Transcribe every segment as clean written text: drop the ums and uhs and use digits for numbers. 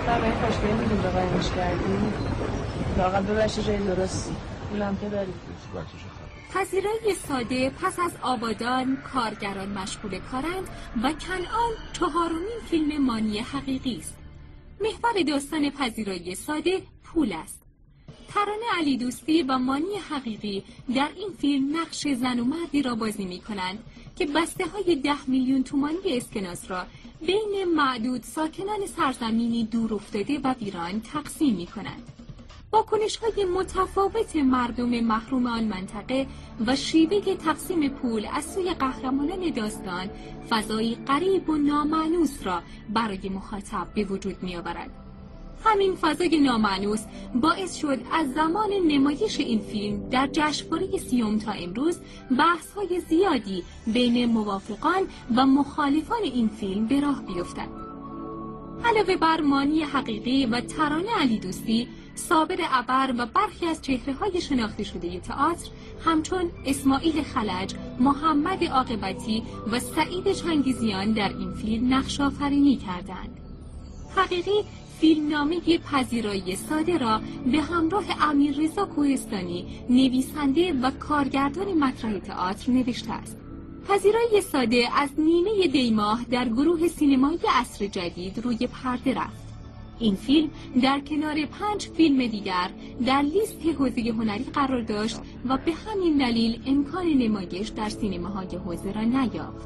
برای خوشگلی میدیم به قایمش کردیم لااقل ببرش جای درستی پولم که داری. پذیرایی ساده پس از آبادان کارگران مشغول کارند و کنعان چهارمین فیلم مانی حقیقی است. محور داستان پذیرایی ساده پول است. ترانه علی دوستی و مانی حقیقی در این فیلم نقش زن و مردی را بازی می کنند که بسته های 10 میلیون تومانی اسکناس را بین معدود ساکنان سرزمینی دور افتاده و ویران تقسیم می کنند. واکنش‌های متفاوت مردم محروم آن منطقه و شیوه تقسیم پول از سوی قهرمانان داستان فضایی غریب و نامانوس را برای مخاطب به وجود می‌آورد. همین فضای نامانوس باعث شد از زمان نمایش این فیلم در جشنواره 30 تا امروز بحث‌های زیادی بین موافقان و مخالفان این فیلم به راه بیفتد. علاوه بر مانی حقیقی و ترانه علی دوستی، صابر ابر و برخی از چهره‌های شناخته شده تئاتر همچون اسماعیل خلج، محمد عاقبتی و سعید چنگیزیان در این فیلم نقش آفرینی کردند. حقیقی فیلمنامه پذیرایی ساده را به همراه امیررضا کوهستانی نویسنده و کارگردان مطرح تئاتر نوشته است. پذیرایی ساده از نیمه دی ماه در گروه سینمایی عصر جدید روی پرده رفت. این فیلم در کنار 5 فیلم دیگر در لیست حوزه هنری قرار داشت و به همین دلیل امکان نمایش در سینماهای حوزه را نیافت.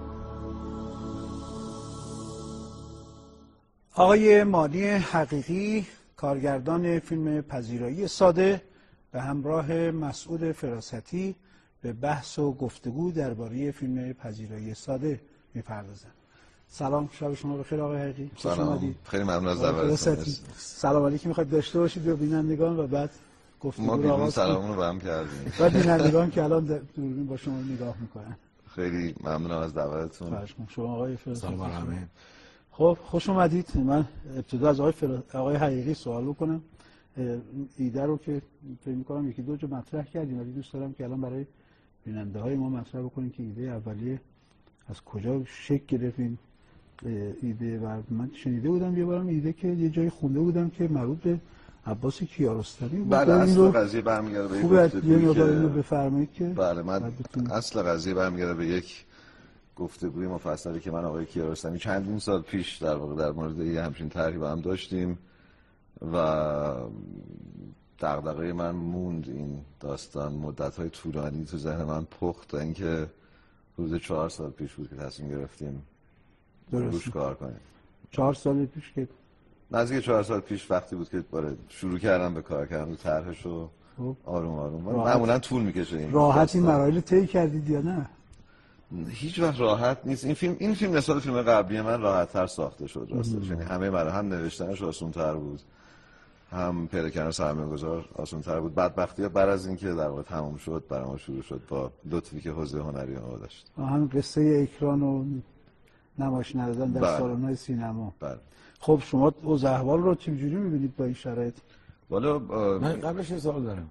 آقای مانی حقیقی کارگردان فیلم پذیرایی ساده به همراه مسعود فراستی به بحث و گفتگو درباره فیلم پذیرایی ساده می‌پردازند. سلام، شب شما بخیر آقای حقیقی. سلام، خیلی ممنون از دعوتتون. سلام علیکم می‌خواید داشته باشید به بینندگان و بعد گفتگو رو آغاز کنیم. سلامونو به هم کردیم. و بینندگان که الان دوربین با شما نگاه می‌کنن. خیلی ممنونم از دعوتتون. خواهش می‌کنم. شما آقای فراستی. سلام همه. خب خوش اومدید. من ابتدا از آقای حقیقی سوال بکنم. ایده رو که فکر می‌کنم یکی دو جا مطرح کردیم ولی دوست دارم که الان برای بیننده‌های ما مطرح بکنیم که ایده اولیه از کجا شکل گرفت این ایده. و من شنیده بودم یه بارم ایده که یه جایی خونده بودم که مربوط به عباس کیارستمی بود. بله، اصل قضیه برمیگرده به یه مقدار اینو بفرمایید که بله، من اصل قضیه برمیگرده به یک گفتگوی مفصلی که من آقای کیارستمی چندین سال پیش در واقع در مورد یه همچین طرحی با هم داشتیم و دغدغه من موند این داستان مدت‌های طولانی تو ذهن من پخت تا اینکه حدود 4 سال پیش بود که تصمیم گرفتیم روش کار کنیم. 4 سال پیش که نزدیک 4 سال پیش وقتی بود که شروع کردم به کار کردن طرحش رو آروم آروم. معمولا طول می‌کشه این. راحت این مراحل طی کردید یا نه؟ هیچ وقت راحت نیست. این فیلم نسبت فیلم قبلی من راحت‌تر ساخته شد راستش. یعنی همه مراحل هم نوشتنش آسان‌تر بود، هم پیدا سرمایه‌گذار آسان‌تر بود. بدبختی‌ها بعد از اینکه در واقع تمام شد برام شروع شد با لطفی که حوزه هنری ما داشت. هم قصه اکران و نمایش ندادن در سالن‌های سینما. بله. خب شما اوضاع احوال رو چجوری می‌بینید با این شرایط؟ والا من قبلش یه سوال دارم.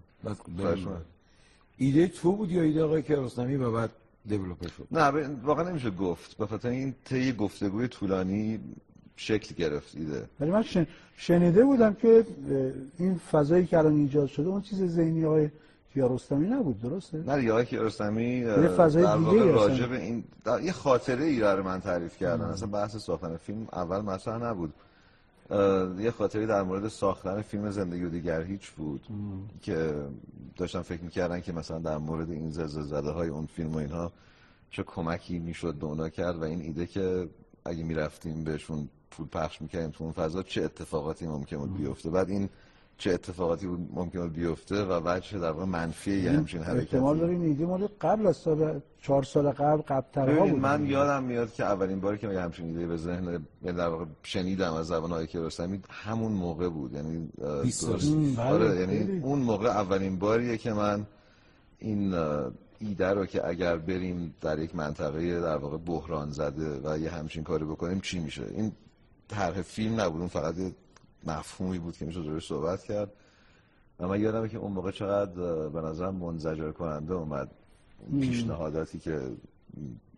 ایده تو بود یا ایده آقای کیارستمی و بعد دیولپر شد؟ نه واقعا نمیشه گفت، به خاطر این طی گفتگوی طولانی شکل گرفت ایده. ولی من شنیده بودم که این فضایی که الان ایجاد شده اون چیز ذهنی آقای کیارستمی نبود، درسته؟ نه، آقای کیارستمی یه فضای دیگه راجع به این یه خاطره ای رو من تعریف کردن. اصلا بحث ساختن فیلم اول مطرح نبود. یه خاطره در مورد ساختن فیلم زندگی و دیگر هیچ بود که داشتن فکر می‌کردن که مثلا در مورد این زلزله‌های اون فیلم و اینها چه کمکی میشد به اونا کرد و این ایده که اگه میرفتیم بهشون پول پخش می‌کردیم تو اون فضا چه اتفاقاتی ممکن بود بیفته. بعد این چه اتفاقاتی ممکن بود بیفته و وجه در واقع منفی یه همچین حرکتی. احتمال داره این ایده مال قبل از 4 سال قبل‌ترها بود. من یادم میاد که اولین باری که همچین ایده به ذهن در واقع شنیدم از زبان آقای کیارستمی همون موقع بود. یعنی یعنی اون موقع اولین باریه که من این ایده رو که اگر بریم در یک منطقه در واقع بحران زده و یه همچین کاری بکنیم چی میشه. این طرح فیلم نبود، اون فقط مفهومی بود که میشه درش صحبت کرد و من یادمه که اون موقع چقدر به نظرم منزجر کننده اومد پیشنهاداتی که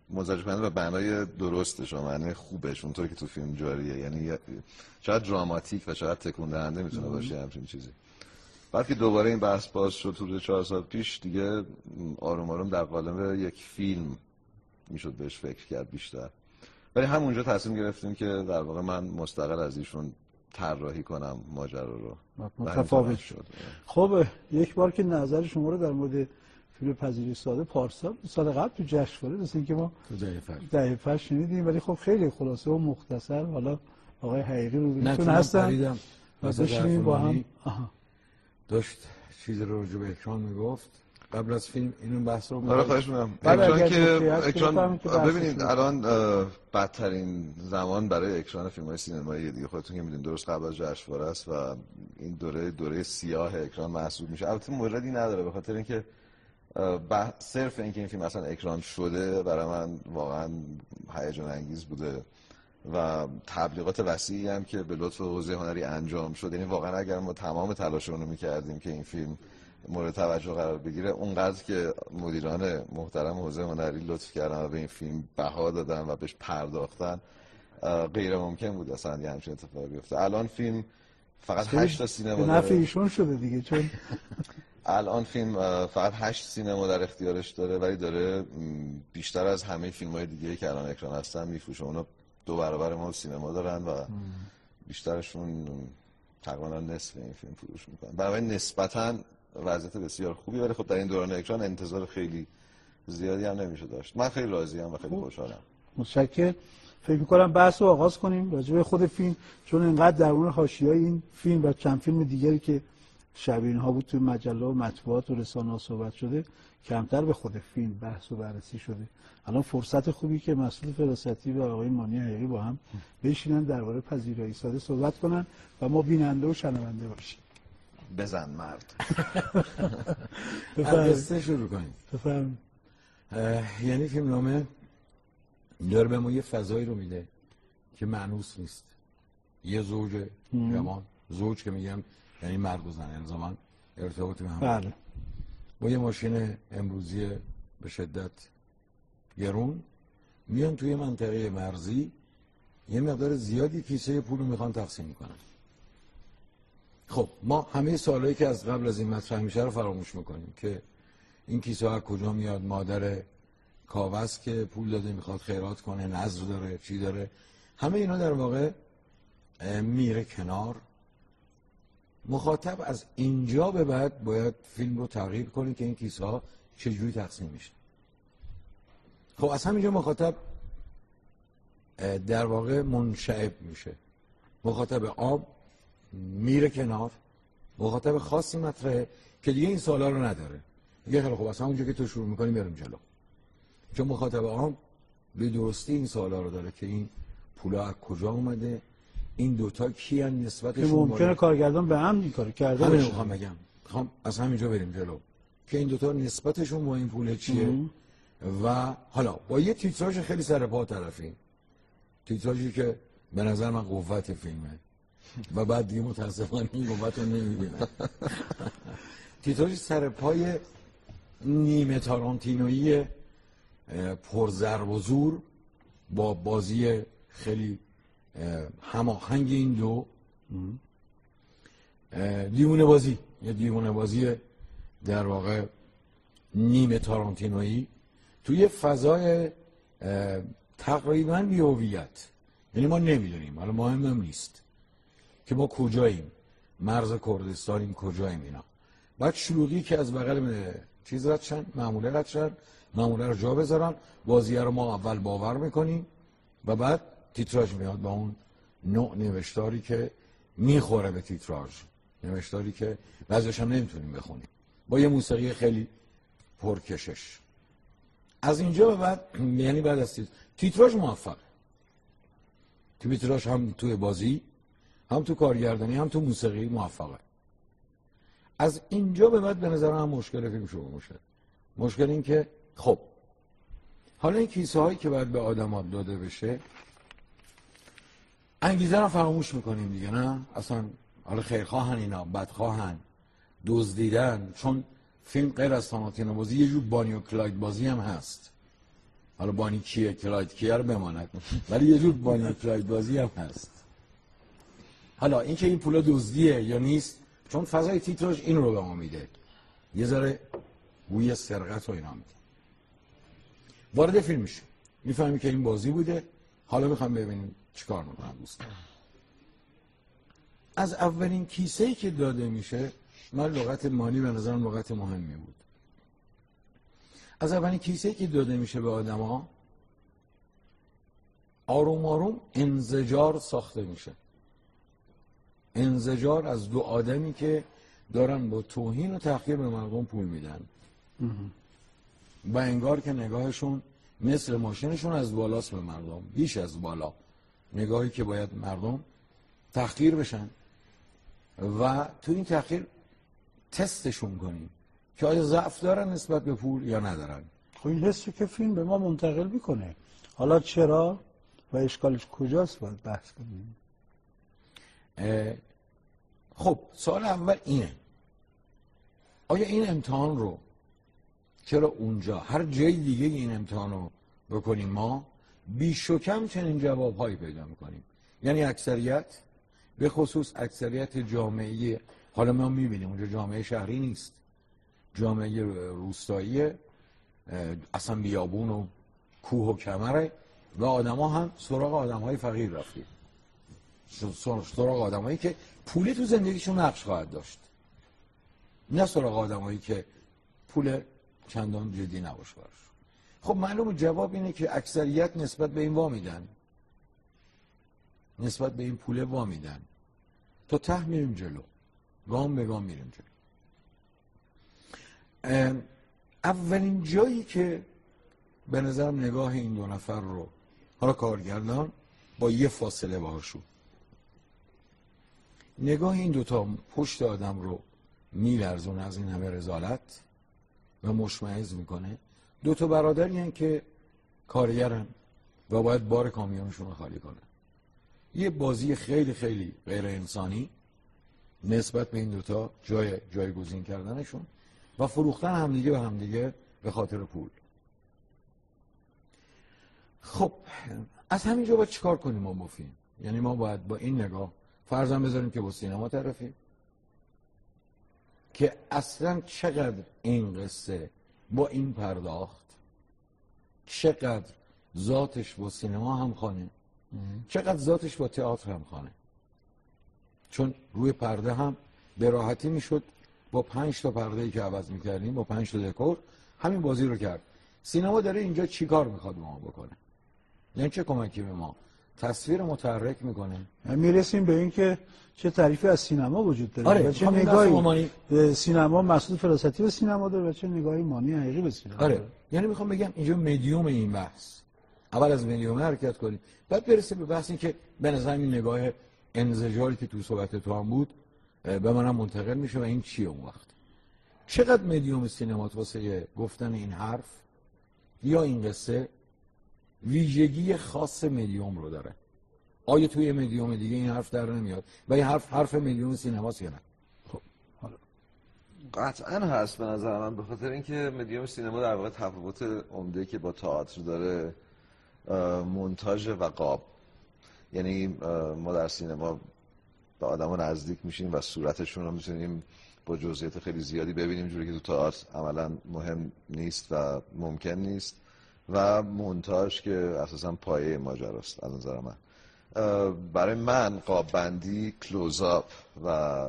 مزاج کننده و بنای درستش و معنی خوبش اونطوری که تو فیلم جاریه، یعنی شاید دراماتیک و شاید تکون دهنده میتونه باشه همچین چیزی. بعد که دوباره این بحث باز شد تو 4 سال پیش دیگه آروم آروم در قالب یک فیلم میشد بهش فکر کرد بیشتر، ولی همونجا تصمیم گرفتیم که در واقع من مستقل از ایشون طراحی کنم ماجرا رو. متفاوت شد. خب یک بار که نظر شما رو در مورد فیلم پذیرایی ساده پارسال سال قبل تو جشنواره مثل که ما دهه فجر شنیدیم، ولی خب خیلی خلاصه و مختصر حالا آقای حقیقی رو بینتون هستن باشیم با هم. داشت چیز رو راجع به اکران میگفت قبل از فیلم اینو بحث رو آره خواهش می‌کنم. اکران ببینید الان بدترین زمان برای اکران فیلم‌های سینمایی دیگه خودتون که می‌دونید، درست قبل از جشنواره است و این دوره سیاه اکران محسوب میشه. البته موردی نداره به خاطر اینکه صرف اینکه این فیلم اصلا اکران شده برای من واقعا هیجان انگیز بوده و تبلیغات وسیعی هم که به لطف حوزه هنری انجام شد. یعنی واقعا اگر ما تمام تلاشمون رو می‌کردیم که این فیلم مورد توجه قرار بگیره، اونقدر که مدیران محترم حوزه هنری لطف کردن و به این فیلم بها دادن و بهش پرداختن، غیر ممکن بود اصلا یه همچین اتفاقی بیفته. الان فیلم فقط 8 تا سینما به نفع ایشون شده دیگه، چون الان فیلم فقط 8 سینما در اختیارش داره، ولی داره بیشتر از همه فیلم‌های دیگه که الان اکران هستن میفروشه. اونا 2 برابر ما سینما دارن و بیشترشون تقریبا نصف این فیلم فروش میکنن. برای نسبتاً وضعیت بسیار خوبی، ولی خب در این دوران اکران انتظار خیلی زیادی هم نمیشه داشت. من خیلی راضیم و خیلی خوشحالم. متشکرم. فکر می‌کنم بحث رو آغاز کنیم راجع به خود فیلم، چون اینقدر درون حاشیه‌های این فیلم و چند فیلم دیگری که شبیه اینها بود توی مجله و مطبوعات و رسانه‌ها صحبت شده، کمتر به خود فیلم بحث و بررسی شده. الان فرصت خوبی که مسعود فراستی و آقای مانی حقیقی با هم بشینن درباره پذیرایی ساده صحبت کنن و ما بیننده و شنونده باشیم. بزن مرد. قصه شروع کنیم. بفرمایید. یعنی فیلمنامه داره به ما یه فضایی رو میده که مانوس نیست. یه زوج جوان، زوج که میگم یعنی مرد و زن، الزاما ارتباطی به هم. بله. با یه ماشین امروزی به شدت گرون میان توی منطقه مرزی، یه مقدار زیادی کیسه پول رو میخوان تقسیم کنن. خب ما همه سوالایی که از قبل از این مطرح میشه رو فراموش میکنیم که این کیسه ها کجا میاد، مادر کاوس که پول داده میخواد خیرات کنه، نذر داره، چی داره، همه اینا در واقع میره کنار. مخاطب از اینجا به بعد باید فیلم رو تغییر کنه که این کیسه ها چجوری تقسیم میشه. خب از همینجا مخاطب در واقع منشعب میشه. مخاطب عام میره کنار، مخاطب خاصی مطرحه که دیگه این سوالا رو نداره. میگه خیلی خوب از همونجا که تو شروع میکنی بریم جلو. چون مخاطب عام به درستی این سوالا رو داره که این پولا از کجا اومده، این دوتا کیان، نسبتشون ممکنه کارگردان به هم این کارو کرده باشه. همین رو میخوام بگم. میخوام از همینجا بریم جلو که این دوتا نسبتشون با این پول چیه. و حالا با یه تیتراژ خیلی سر پا طرفیم، تیتراژی که به نظر من قوت فیلمه و بعد دیگه متاسفانه این قوت رو نمیبینم. تیتراژ سر پای نیمه تارانتینویی پرضرب و زور با بازی خیلی هماهنگ این دو، دیوونه بازی، یه دیوونه بازی در واقع نیمه تارانتینویی توی فضای تقریبا بی‌هویت. یعنی ما نمیدونیم، حالا مهم هم نیست که ما کجاییم، مرز کردستانیم، کجاییم. اینا بعد شلوغی که از بغل چیز رد شن، معموله رد شن، معموله رو جا بذارن، بازیه رو ما اول باور میکنیم و بعد تیتراژ میاد با اون نوع نوشتاری که میخوره به تیتراژ، نوشتاری که بعضیش هم نمیتونیم بخونیم، با یه موسیقی خیلی پرکشش. از اینجا به بعد یعنی بعد از تیتراژ موفقه. تیتراژ هم توی بازی، هم تو کارگردانی، هم تو موسیقی موفقه. از اینجا به بعد به نظر من مشکل فیلم شروع میشه. مشکل این که خب حالا این کیسه هایی که باید به آدم‌ها داده بشه، انگیزه رو فراموش میکنیم دیگه، نه اصلا. حالا خیرخواهن اینا، بدخواهن، دزدیدن، چون فیلم غیر از تارانتینو بازی یه جور بانی و کلاید بازی هم هست. حالا بانی کیه کلاید کیه رو بماند، ولی یه جور بانی کلاید بازی هم هست. حالا اینکه این پولا دزدیه یا نیست، چون فضای تیتراژ این رو به ما میده، یه ذره بوی سرقت و اینا میده. وارد فیلم میشه، میفهمی که این بازی بوده، حالا میخوام ببینیم چیکار میکنن دوستان. از اولین کیسه‌ای که داده میشه، من لغت مالی به نظرم لغت مهمی بود. از اولین کیسه‌ای که داده میشه به آدما، آروم آروم انزجار ساخته میشه. انزجار از دو آدمی که دارن با توهین و تحقیر به مردم پول میدن و انگار که نگاهشون مثل ماشینشون از بالاست به مردم، بیش از بالا، نگاهی که باید مردم تحقیر بشن و تو این تحقیر تستشون کنیم که آیا ضعف دارن نسبت به پول یا ندارن. خب این حسی که فیلم به ما منتقل میکنه، حالا چرا و اشکالش کجاست باید بحث کنیم. خب سوال اول اینه، آیا این امتحان رو چرا اونجا هر جای دیگه این امتحان رو بکنیم ما بیش و کم چنین جوابهایی پیدا میکنیم؟ یعنی اکثریت، به خصوص اکثریت جامعه، حالا ما میبینیم اونجا جامعه شهری نیست، جامعه روستایی، اصلا بیابون و کوه و کمره و آدما هم سراغ آدمهای فقیر رفتیم، سراغ آدمایی که پولی تو زندگیشون نقش خواهد داشت، نه سراغ آدمایی که پول چندان جدی نباشه براش. خب معلومه جواب اینه که اکثریت نسبت به این وامیدن، نسبت به این پول وامیدن، تا ته میریم جلو، گام به گام میریم جلو. اولین جایی که به نظرم نگاه این دو نفر رو، حالا کارگردان با یه فاصله باهاشون، نگاه این دوتا پشت آدم رو میلرزونه از این همه رذالت و مشمئز میکنه. دوتا برادری هن که کارگرن و باید بار کامیونشون رو خالی کنن. یه بازی خیلی خیلی غیر انسانی نسبت به این دوتا جایگزین کردنشون و فروختن همدیگه به همدیگه به خاطر پول. خب از همینجا باید چیکار کنیم ما با فیلم؟ یعنی ما باید با این نگاه فرضاً بذاریم که با سینما طرفیم، که اصلا چقدر این قصه با این پرداخت، چقدر ذاتش با سینما همخوانه، چقدر ذاتش با تئاتر همخوانه. چون روی پرده هم به راحتی میشد با 5 تا پرده‌ای که عوض میکردیم، با 5 تا دکور همین بازی رو کرد. سینما داره اینجا چی کار میخواد به ما بکنه؟ یعنی چه کمکی به ما؟ تصویر متحرک میکنه. میرسیم به این که چه تعریفی از سینما وجود داره، آره، و چه نگاهی به سینما، مسعود فراستی به سینما داره و چه نگاهی مانی حقیقی به سینما داره. داره. یعنی میخوام بگم اینجا مدیوم این بحث، اول از مدیوم حرکت کنیم، بعد برسه به بحثی که به نظر این نگاه انزجاری که تو صحبت تو هم بود به منم منتقل میشه و این چیه اون وقت؟ چقدر مدیوم سینما واسه گفتن این حرف یا این قصه ویژگی خاص مدیوم رو داره؟ آیا توی مدیوم دیگه این حرف در نمیاد و این حرف مدیوم سینماست یا نه؟ خب حالا قطعا هست به نظر من، به خاطر اینکه مدیوم سینما در واقع تفاوت عمده که با تئاتر داره مونتاژ و قاب. یعنی ما در سینما به آدما نزدیک میشیم و صورتشون رو میتونیم با جزئیات خیلی زیادی ببینیم، جوری که تو تئاتر عملا مهم نیست و ممکن نیست. و مونتاژ که اساسا پایه ماجراست از نظر من. برای من قاب بندی، کلوزآپ و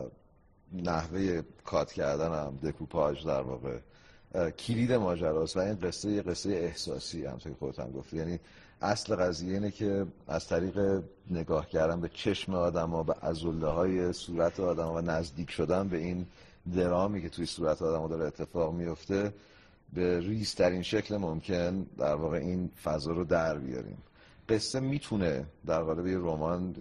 نحوه کات کردنم، دکوپاژ در واقع کلید ماجراست و این قصه یه قصه احساسی همونطور که خودت هم گفتی. یعنی اصل قضیه اینه که از طریق نگاه کردن به چشم آدم‌ها، به عضله‌های صورت آدم‌ها و نزدیک شدن به این درامی که توی صورت آدم‌ها داره اتفاق میفته، به ریزترین شکل ممکن در واقع این فضا رو در بیاریم. قصه میتونه در قالب یه رمان،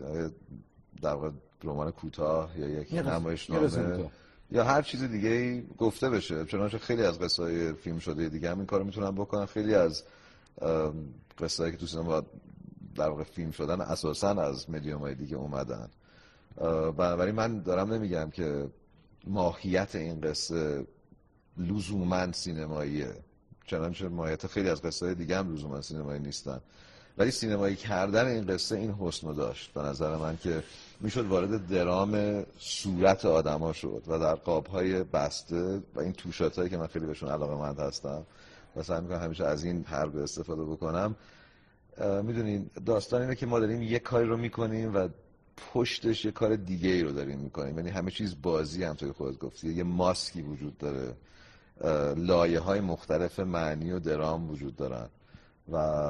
در واقع رمان کوتاه یا یک نمایشنامه یا هر چیز دیگه گفته بشه، چنانچه خیلی از قصه‌های فیلم شده دیگه هم این کارو میتونن بکنن. خیلی از قصه‌ای که تو سینما در واقع فیلم شدن اساساً از مدیوم‌های دیگه اومدن. بنابراین من دارم نمیگم که ماهیت این قصه لزوماً سینماییه، چنانچه ماهیت خیلی از قصه های دیگه هم لزوما سینمایی نیستن، ولی سینمایی کردن این قصه این حسن داشت به نظر من که میشد وارد درام صورت آدما شد و در قابهای بسته و این توشاتایی که من خیلی بهشون علاقه‌مند هستم و سعی می‌کنم همیشه از این حرب استفاده بکنم. میدونین داستان اینه که ما داریم یک کاری رو میکنیم و پشتش یه کار دیگه ای رو داریم میکنیم، یعنی همه چیز بازی هم توی خودت گفتی، یه ماسکی وجود داره، لایه های مختلف معنی و درام وجود دارن و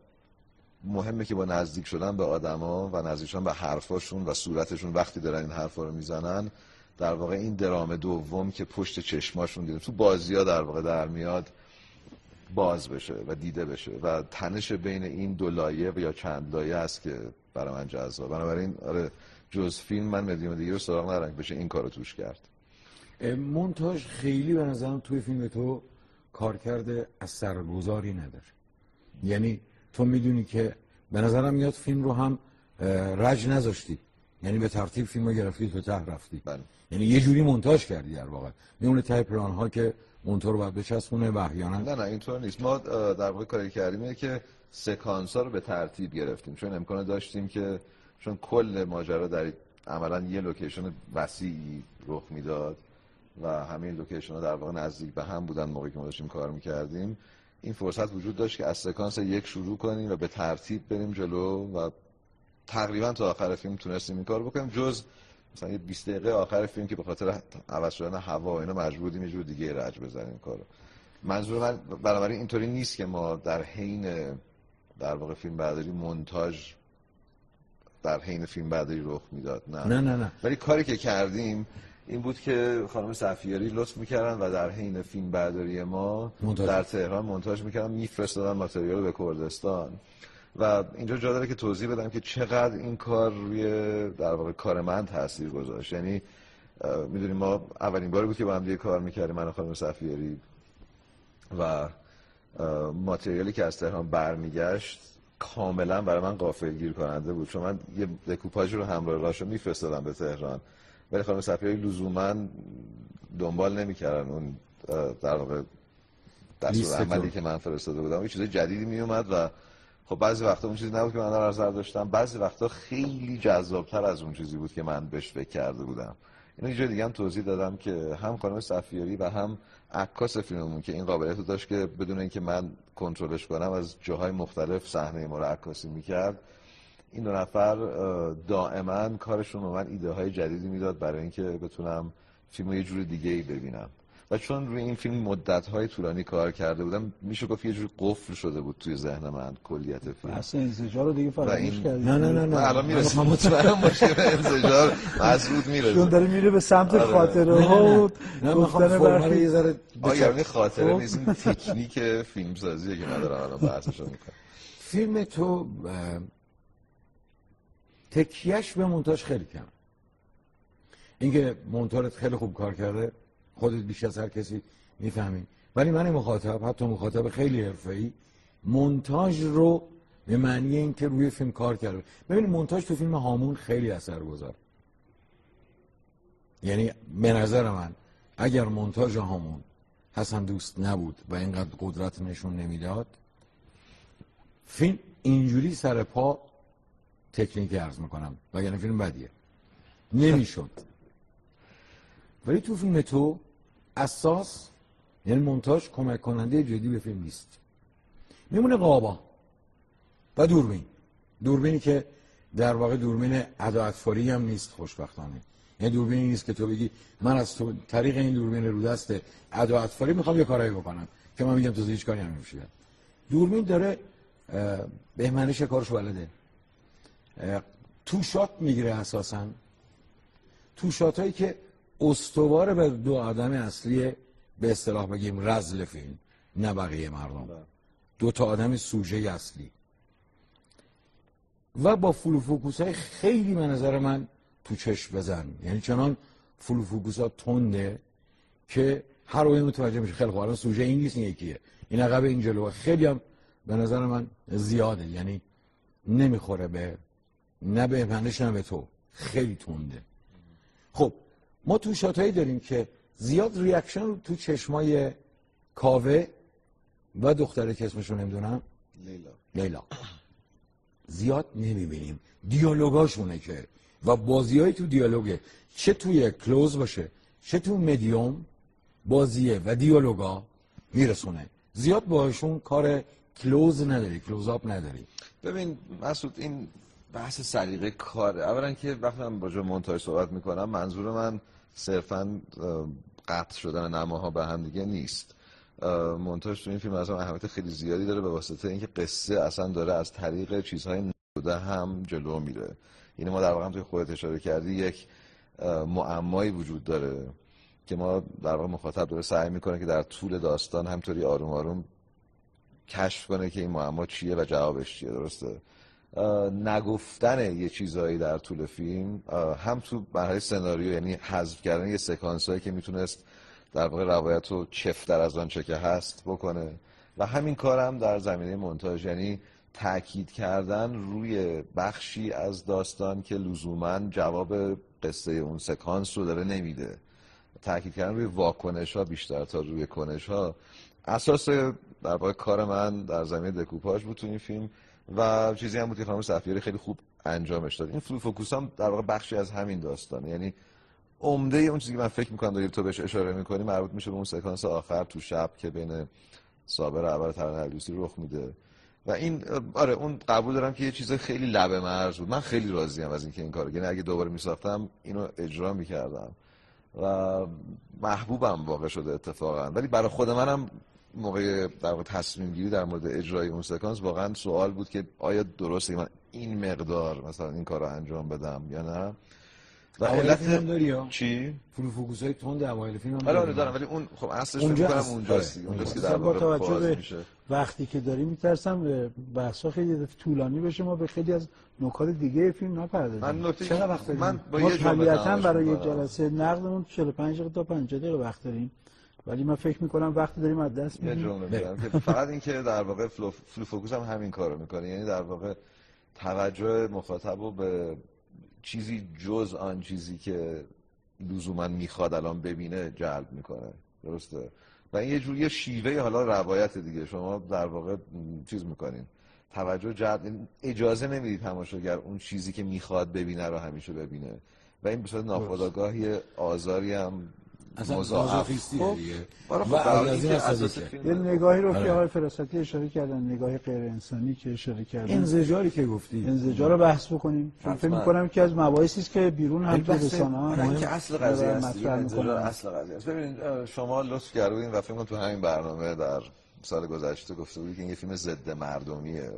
مهمه که با نزدیک شدن به آدما و نزدیک شدن به حرفاشون و صورتشون وقتی دارن این حرفا رو میزنن در واقع این درام دوم که پشت چشماشون دیده تو بازی‌ها در واقع در میاد باز بشه و دیده بشه و تنش بین این دو لایه یا چند لایه است که برای من جذاب. بنابراین آره جز فیلم من مدیوم دیگه رو سراغ نرنگ بشه این کارو توش کرد. مونتاژ خیلی به نظرم توی فیلم تو کارکرد اثرگذاری نداره. یعنی تو میدونی که به نظرم میاد فیلم رو هم رج نذاشتی، یعنی به ترتیب فیلم رو گرفتی تو ته رفتی. بله. یعنی یه جوری مونتاژ کردی در واقع، میونه ته پلان ها که مونتور رو باید بچسبونه و احیانا نه اینطور نیست. ما در واقع کاری کردیم اینه که سکانس ها رو به ترتیب گرفتیم، چون امکان داشتیم که چون کل ماجرا در عملا یه لوکیشن وسیعی رخ میداد و همه لوکیشن ها در واقع نزدیک به هم بودن موقعی که ما داشتیم کار میکردیم، این فرصت وجود داشت که از سکانس یک شروع کنیم و به ترتیب بریم جلو و تقریبا تا آخر فیلم تونستیم این کار بکنیم، جز مثلا یه 20 دقیقه آخر فیلم که به خاطر عوض شدن هوا و اینا مجبور بودیم یه جور دیگه رج بزنیم کارو. منظور من بنابراین اینطوری نیست که ما در حین در واقع فیلم برداری مونتاژ در حین فیلم برداری رخ میداد، نه. ولی کاری که کردیم این بود که خانم صفیاری لطف میکردن و در حین فیلم برداری ما در تهران مونتاژ میکردن، میفرستادن ماتریال به کردستان و اینجا جا داره که توضیح بدم که چقدر این کار روی در واقع کار من تاثیر گذاشت. یعنی میدونیم ما اولین باری بود که با هم دیگه کار میکردیم من و خانم صفیاری و ماتریالی که از تهران برمیگشت کاملا برای من غافلگیر کننده بود، چون من یه دکوپاژ رو همراه راشو میفرستادم به تهران ولی خانم صفیاری لزوما دنبال نمیکردن اون در واقع دستورالعملی که من فرستاده بودم، یه چیز جدیدی میومد و خب بعضی وقتا اون چیزی نبود که من در نظر داشتم، بعضی وقتا خیلی جذابتر از اون چیزی بود که من بهش فکر کرده بودم. اینو یه جای دیگه هم توضیح دادم که هم خانم صفیاری و هم عکاس فیلممون که این قابلیت رو داشت که بدون اینکه من کنترلش کنم از جاهای مختلف صحنه ما رو عکاسی میکرد، این دو نفر دائما کارشون به من ایده های جدیدی میداد برای اینکه بتونم فیلمو یه جور دیگه ای ببینم و چون روی این فیلم مدت‌های طولانی کار کرده بودم میشه گفت یه جور قفل شده بود توی ذهن من کلیت فیلم. اصلا انزجار رو دیگه فراموش کردی. نه الان میرسیم مطمئن باشیم به انزجار مسعود میرسه چون داره میره به سمت خاطره ها و گفتن برخی یه ذره یعنی خاطره نیست، این تکنیک فیلم سازیه که ندارم الان بحثشو میکنم. فیلم تو تکیهش به مونتاژ خیلی کم، اینکه مونتورت خیلی خوب کار کرده خودت بیش از هر کسی میفهمی، ولی من مخاطب حتی مخاطب خیلی حرفه‌ای مونتاژ رو به معنی اینکه روی فیلم کار کرده. ببینید مونتاژ تو فیلم هامون خیلی اثرگذار، یعنی به نظر من اگر مونتاژ هامون حسن دوست نبود و اینقدر قدرت نشون نمیداد فیلم اینجوری سر پا تکنیکی عرض میکنم وگرنه فیلم بدیه نمیشد. ولی تو فیلم تو اساس یعنی مونتاژ کمک کننده جدی به فیلم نیست، میمونه قابا و دوربینی که در واقع دوربین اداء‌اطفالی هم نیست خوشبختانه، یعنی دوربینی نیست که تو بگی من از تو طریق این دوربین رو دست اداء‌اطفالی میخوام یه کارایی بکنم که من میگم تو هیچ کاری هم نمیشه. دوربین داره بهمنش کارش بلده، تو شات میگیره اساساً، تو شاتایی که استوار به دو آدم اصلی به اصطلاح بگیم رذل فیلم، نه بقیه مردم، دو تا آدم سوژه اصلی و با فول فوکوس های خیلی به نظر من تو چشم بزن، یعنی چنان فول فوکوس ها تنده که هر وقت متوجه میشه خیلی خوب سوژه این نیست، این یکیه، این عقب این جلوه، خیلی هم به نظر من زیاده، یعنی نمیخوره به نه به بهمنش نه به تو، خیلی تنده. خب ما تو شاتایی داریم که زیاد ریاکشن رو تو چشمای کاوه و دختره که اسمشو نمیدونم، لیلا. زیاد نمیبینیم دیالوگاشونه که و بازیای تو دیالوگه، چه توی کلوز باشه چه تو مدیوم، بازیه و دیالوگا میرسونه. زیاد باهاشون کار کلوز نداری، کلوز آپ نداری. ببین مسعود، این بحث سلیقه کاره. اولا که وقتی من با مونتاژ صحبت میکنم منظور من صرفاً قطع شدن نماها به هم دیگه نیست. مونتاژ تو این فیلم اصلا اهمیت خیلی زیادی داره به واسطه اینکه قصه اصلا داره از طریق چیزهای نشده هم جلو میره. یعنی ما در واقع توی خودت اشاره کردی یک معمایی وجود داره که ما در واقع مخاطب داره سعی میکنه که در طول داستان همطوری آروم آروم کشف کنه که این معما چیه و جوابش چیه. درسته؟ نگفتن یه چیزایی در طول فیلم، هم تو مرحله سناریو، یعنی حذف کردن یه سکانسایی که میتونست در واقع روایت رو چفتر از آنچه که هست بکنه، و همین کار هم در زمینه مونتاژ، یعنی تأکید کردن روی بخشی از داستان که لزوماً جواب قصه اون سکانس رو داره نمیده. تأکید کردن روی واکنش ها بیشتر تا روی کنش ها اساس در واقع کار من در زمینه دکوپاژ بود تو این فیلم، و چیزی هم بود که خانم صفیاری خیلی خوب انجامش داد. این فوکوس هم در واقع بخشی از همین داستانه. یعنی عمده اون چیزی که من فکر می‌کنم داری تو بهش اشاره می‌کنی مربوط میشه به اون سکانس آخر تو شب که بین صابر اول و ترانه علیدوستی رخ میده. و این آره، اون قبول دارم که یه چیز خیلی لبه مرز بود. من خیلی راضیم از اینکه این کارو، یعنی اگه دوباره می‌ساختم اینو اجرا می‌کردم و محبوبم واقع شده اتفاقا. ولی برای خود منم موقع در واقع تصمیم گیری در مورد اجرای اون سکانس واقعا سوال بود که آیا درسته من این مقدار مثلا این کارو انجام بدم یا نه. و علت چی؟ فوکوسای تند اوایل فیلم هم آره دارم، ولی اون خب اصلش فکر کنم اونجاست که در با واقع توجه به میشه. وقتی که داریم میترسم بحثا خیلی طولانی بشه، ما به خیلی از نکات دیگه فیلم نپردازیم. من نکته چقدر وقت داریم؟ من با ما یه جمله طبیعتاً برای یک می‌کنم. جلسه نقدمون 45 دقیقه تا 50 دقیقه وقت داریم، ولی من فکر می‌کنم وقتی داریم از دست یه میدیم. جمله میگم که فقط این که در واقع فلو فوکوس هم همین کارو میکنه، یعنی در واقع توجه مخاطب رو به چیزی جز آن چیزی که لزوما میخواد الان ببینه جلب میکنه. درسته؟ و این یه جوری شیوه حالا روایت دیگه، شما در واقع چیز میکنین، توجه جلب، اجازه نمیدید تماشاگر اون چیزی که میخواد ببینه رو همیشه ببینه، و این به صورت ناخودآگاهی آزاری هم مضاعف دیگه. و از این یه نگاهی رو که آقای فراستی اشاره کردن، نگاه غیر انسانی که اشاره کردن، انزجاری که گفتی، انزجار رو بحث بکنیم، چون فکر می‌کنم که از مباحثی است که بیرون هم تو رسانه‌ها که اصل قضیه است. انزجار اصل قضیه است. ببینید شما لطف کردین و فکر کنم تو همین برنامه در سال گذشته گفته بودید که این یه فیلم ضد مردمیه،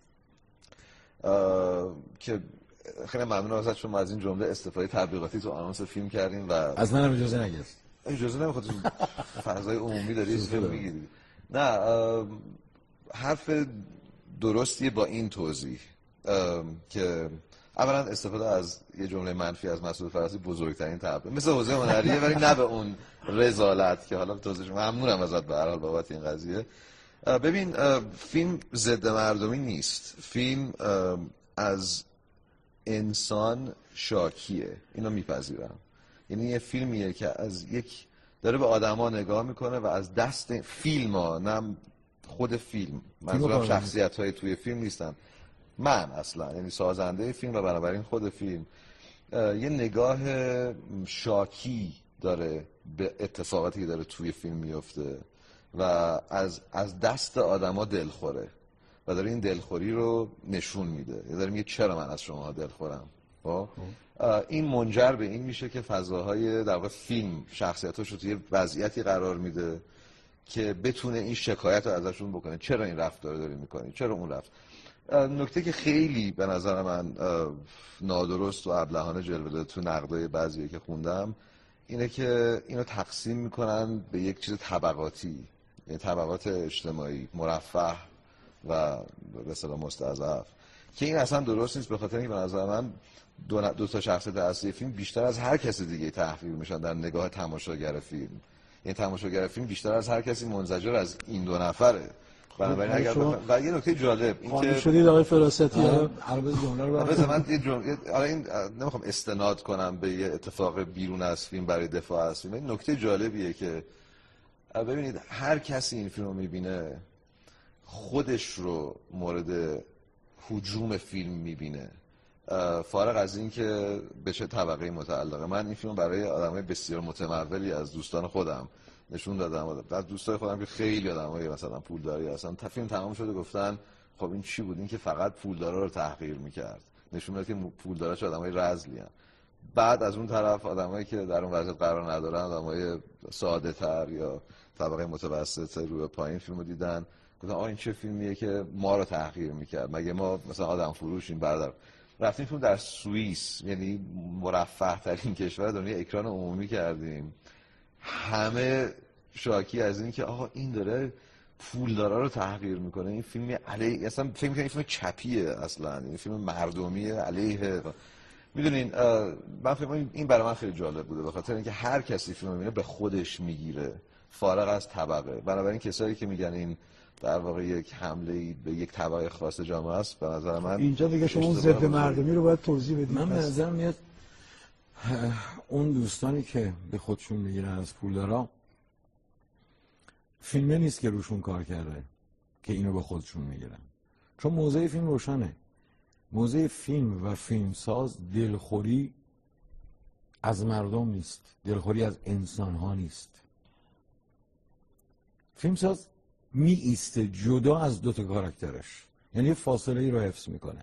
که خیلی ممنونم ازت چون از این جمله استفاده تبلیغاتی تو آنونس فیلم کردین و از منم اجازه نگرفت. اجازه نمیخواد، فضای عمومی داری فیلم میگیری. نه، حرف درستیه با این توضیح که اولا استفاده از یه جمله منفی از مسعود فرسی بزرگترین تبلیغ مثل حوزه هنریه، ولی نه به اون رذالت که حالا توضیحش. ممنونم ازت به هر حال بابت این قضیه. ببین، فیلم ضد مردمی نیست، فیلم از انسان شاکیه، اینو میپذیرم. یعنی یه فیلمیه که از یک داره به آدما نگاه میکنه و از دست فیلم‌ها، نه خود فیلم، منظورم شخصیت‌های توی فیلم نیستن، من اصلا، یعنی سازنده فیلم و بنابراین خود فیلم، یه نگاه شاکی داره به اتفاقاتی که داره توی فیلم میفته و از دست آدما دلخوره و داره این دلخوری رو نشون میده. داره میگه چرا من از شما دلخورم. این منجر به این میشه که فضاهای در واقع فیلم شخصیتاش رو توی وضعیتی قرار میده که بتونه این شکایت رو ازشون بکنه، چرا این رفتار رو داری میکنی، چرا اون رفت. نکته که خیلی به نظر من نادرست و ابلهانه جلوه داده تو نقدای بعضیه که خوندم اینه که اینو تقسیم میکنن به یک چیز طبقاتی، یعنی طبقات اجتماعی، مرفه و به اصطلاح مستضعف، که این اصلا درست نیست، به خاطر اینکه به نظر من دو تا شخصیت اصلی فیلم بیشتر از هر کس دیگه تحقیر میشن در نگاه تماشاگر فیلم. یعنی تماشاگر فیلم بیشتر از هر کسی منزجر از این دو نفره. بنابراین اگر و یه نکته جالب این که شدید آقای فراستی البته جمله رو من یه جمله، این نمیخوام استناد کنم به یه اتفاق بیرون از فیلم برای دفاع از فیلم. این نکته جالبیه که ببینید هر کسی این فیلم رو میبینه خودش رو مورد هجوم فیلم میبینه، فارغ از این که به چه طبقه متعلقه. من این فیلم برای آدمای بسیار متمولی از دوستان خودم نشون دادم، از دوستای خودم که خیلی آدمای مثلا پولداری هستن، فیلم تمام شده گفتن خب این چی بود؟ این که فقط پولدارا رو تحقیر میکرد، نشون میداد که پولدارا چه آدمای رذلی ان. بعد از اون طرف آدمایی که در اون وضعیت قرار ندارن، آدمای ساده تر یا طبقه متوسط رو به پایین فیلمو دیدن، گفتن آ این چه فیلمیه که ما رو تحقیر میکرد، مگه ما مثلا آدم فروشیم؟ بعد رفتیم فیلم در سوئیس، یعنی مرفه ترین کشور دنیا، اکران عمومی کردیم، همه شاکی از این که آقا این داره پولدارا رو تحقیر میکنه، این فیلم علیه، اصلا فیلم که این فیلم چپیه، اصلا این فیلم مردمیه علیه. میدونین من فکر می‌کنم این برای من خیلی جالب بوده، به خاطر اینکه هر کسی فیلم میبینه به خودش میگیره فارغ از طبقه. بنابراین کسایی که میگن این در واقع یک حمله به یک طبقه خاص جامعه است، به نظر من اینجا دیگه شما ضد مردمی رو باید توضیح بدید. من به نظر میاد اون دوستانی که به خودشون میگیرن از پولدارا، فیلمه نیست که روشون کار کرده که اینو به خودشون میگیرن، چون موضوع فیلم روشنه. موضوع فیلم و فیلمساز دلخوری از مردم نیست، دلخوری از انسان‌ها نیست. فیلمساز می ایسته جدا از دوتا کاراکترش، یعنی فاصله ای رو حفظ میکنه،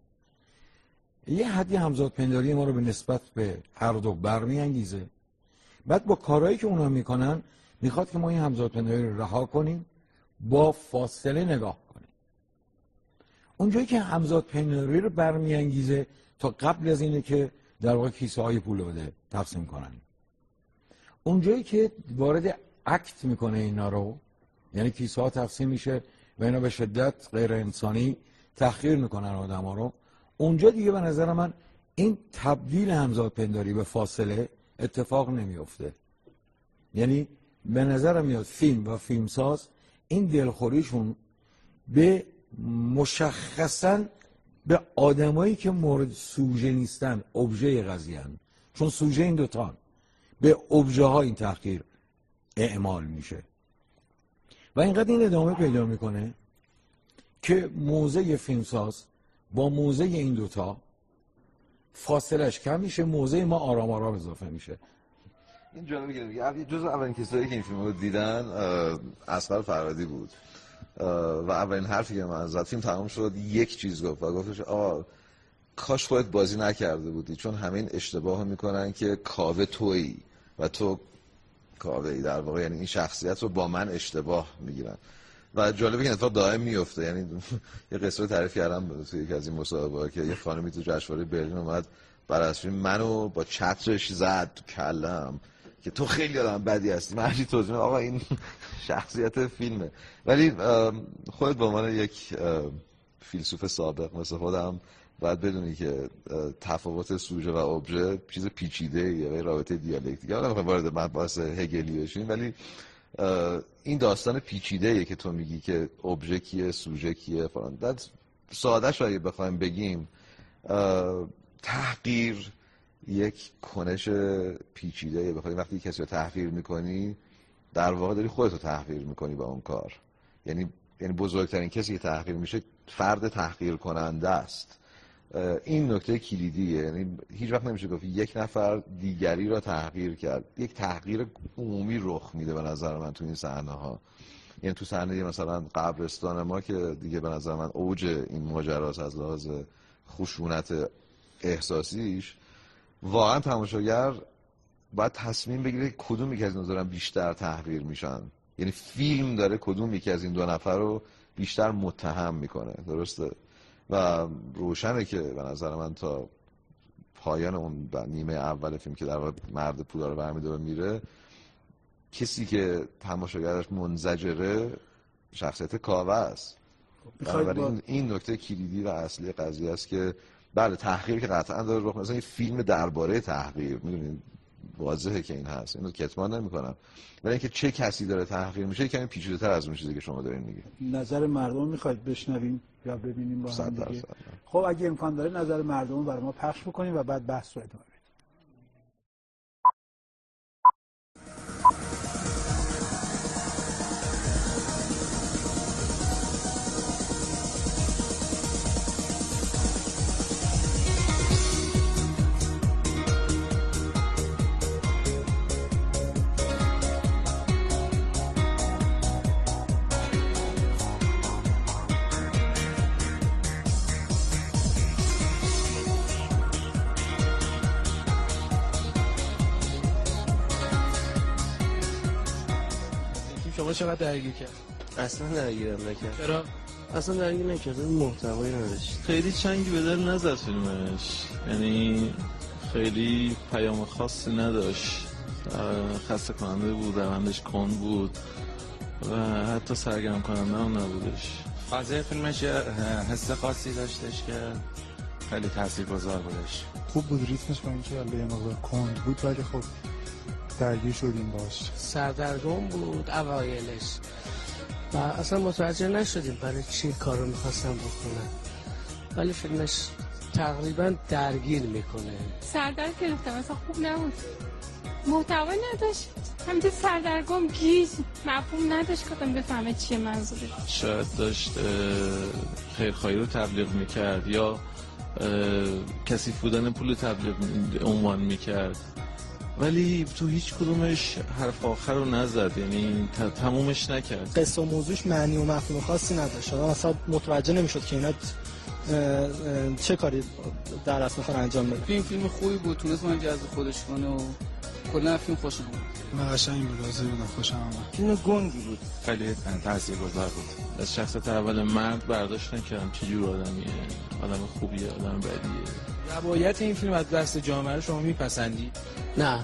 یه حدی همزادپنداری ما رو به نسبت به هر دو برمی انگیزه. بعد با کارهایی که اونا میکنن میخواد که ما این همزادپنداری رو رها کنیم، با فاصله نگاه کنیم. اونجایی که همزادپنداری رو برمی انگیزه تا قبل از اینه که در واقع کیسه های پول بده تقسیم کنن، اونجایی که وارد اکت میکنه اینا رو، یعنی کیسه ها تقسیم میشه و اینا به شدت غیر انسانی تحقیر میکنن آدم ها رو، اونجا دیگه به نظر من این تبدیل همزادپنداری به فاصله اتفاق نمیفته. یعنی به نظرم میاد فیلم و فیلمساز این دلخوریشون به مشخصاً به آدمایی که مورد سوژه نیستن، ابژه قضیه هستند، چون سوژه این دوتان، به ابژه ها این تحقیر اعمال میشه و اینقدر این ادامه پیدا میکنه که موضع فیلمساز با موضع این دوتا فاصلش کم میشه، موضع ما آرام آرام اضافه میشه. این جالبه که جزو اولین کسایی که این فیلم رو دیدن اصغر فرهادی بود و اولین حرفی که من زد، فیلم تمام شد، یک چیز گفت و گفتش کاش خودت بازی نکرده بودی، چون همه این اشتباه میکنن که کاوه تویی و تو کاوه‌ای، در واقع یعنی این شخصیت رو با من اشتباه میگیرن. و جالبه که اتفاق دائم میفته. یعنی یه قصه تعریف کردم توی یکی از این مصاحبه‌ها که یه خانمی تو جشنواره برلین اومد برای از فیلم منو با چترش زد تو کلم که تو خیلی آدم بدی هستی. من هرچی توضیح آقا این شخصیت فیلمه. ولی خودت به عنوان یک فیلسوف سابق مثل خودم باید بدونی که تفاوت سوژه و ابژه چیز پیچیده‌ایه و رابطه دیالکتیکه. حالا نمیخوایم وارد مباحث هگلی بشیم، ولی این داستان پیچیده‌ایه که تو میگی که ابژه کیه، سوژه کیه فلان. ساده‌ش اگه بخوایم بگیم، تحقیر یک کنش پیچیده‌ایه. بخاطر وقتی کسی رو تحقیر میکنی در واقع داری خودت رو تحقیر میکنی با اون کار. یعنی بزرگترین کسی که تحقیر میشه فرد تحقیر کننده است. این نکته کلیدیه. یعنی هیچ وقت نمیشه گفت یک نفر دیگری را تحقیر کرد. یک تحقیر عمومی رخ میده به نظر من تو این صحنه ها. یعنی تو صحنه مثلا قبرستان ما که دیگه به نظر من اوج این ماجراست از لحاظ خشونت احساسیش، واقعا تماشاگر باید تصمیم بگیره کدوم یکی از اینا دارن بیشتر تحقیر میشن. یعنی فیلم داره کدوم یکی از این دو نفر رو بیشتر متهم میکنه. درسته؟ و روشنه که به نظر من تا پایان اون نیمه اول فیلم که در واقع مرد پولدار رو برمی‌داره میره، کسی که تماشاگرش منزجره شخصیت کاوه است. بنابراین این نکته کلیدی و اصلی قضیه است که بله تحقیر که قطعا داره رخ، مثلا یه فیلم درباره تحقیر، میدونید واضحه که این هست، اینو کتمان نمی‌کنم، ولی اینکه چه کسی داره تحقیر میشه کمی پیچیده‌تر از اون چیزی که شما دارین میگید. نظر مردم میخواید بشنویم یا ببینیم با هم دیگه؟ خب اگه امکان داره نظر مردم رو برای ما پخش بکنیم و بعد بحث رو ادامه بدیم. شما چقدر درگیر کرد؟ اصلا درگیرم نکرد. چرا؟ اصلا درگیر نکرد، محتوایی نداشت. خیلی چنگی به دل نزد فیلمش، یعنی خیلی پیام خاصی نداشت، خسته کننده بود، روندش کند بود و حتی سرگرم کننده هم نبودش. فضای فیلمش حس خاصی داشتش که خیلی تاثیرگذار بودش. خوب بود ریتمش، با اینکه یه مقدار کند بود ولی خب درگیر شدیم باش. سردرگم بود اوایلش و اصلا متوجه نشدیم برای چی کارو میخواستم بکنم، ولی فیلمش تقریبا درگیر میکنه. سردرد گرفتم، اصلا خوب نبود، محتوا نداشت، همینطور سردرگم گیج، مفهوم نداشت که آدم بفهمه چیه منظوره. شاید داشت خیرخواهی رو تبلیغ میکرد یا کثیف بودن پول تبلیغ عنوان میکرد، ولی تو هیچ کدومش حرف آخر رو نزد، یعنی تمومش نکرد. قصه و موضوعش معنی و مفهوم خاصی نداشت، آدم اصلا متوجه نمیشد که اینا چه کاری در اصل میخوان انجام بدن. فیلم خوبی بود، تونست من جذب خودش کنه و کلا فیلم خوشم اومد. من قشنگ بود، راضی بودم، خوشم اومد. فیلم گنگی بود، خیلی تاثیرگذار بود. از شخصیت اول مرد برداشت نکردم چه جور آدمیه، آدم خوبیه، آدم بدیه. روایت این فیلم از دست جامعه رو شما میپسندی؟ نه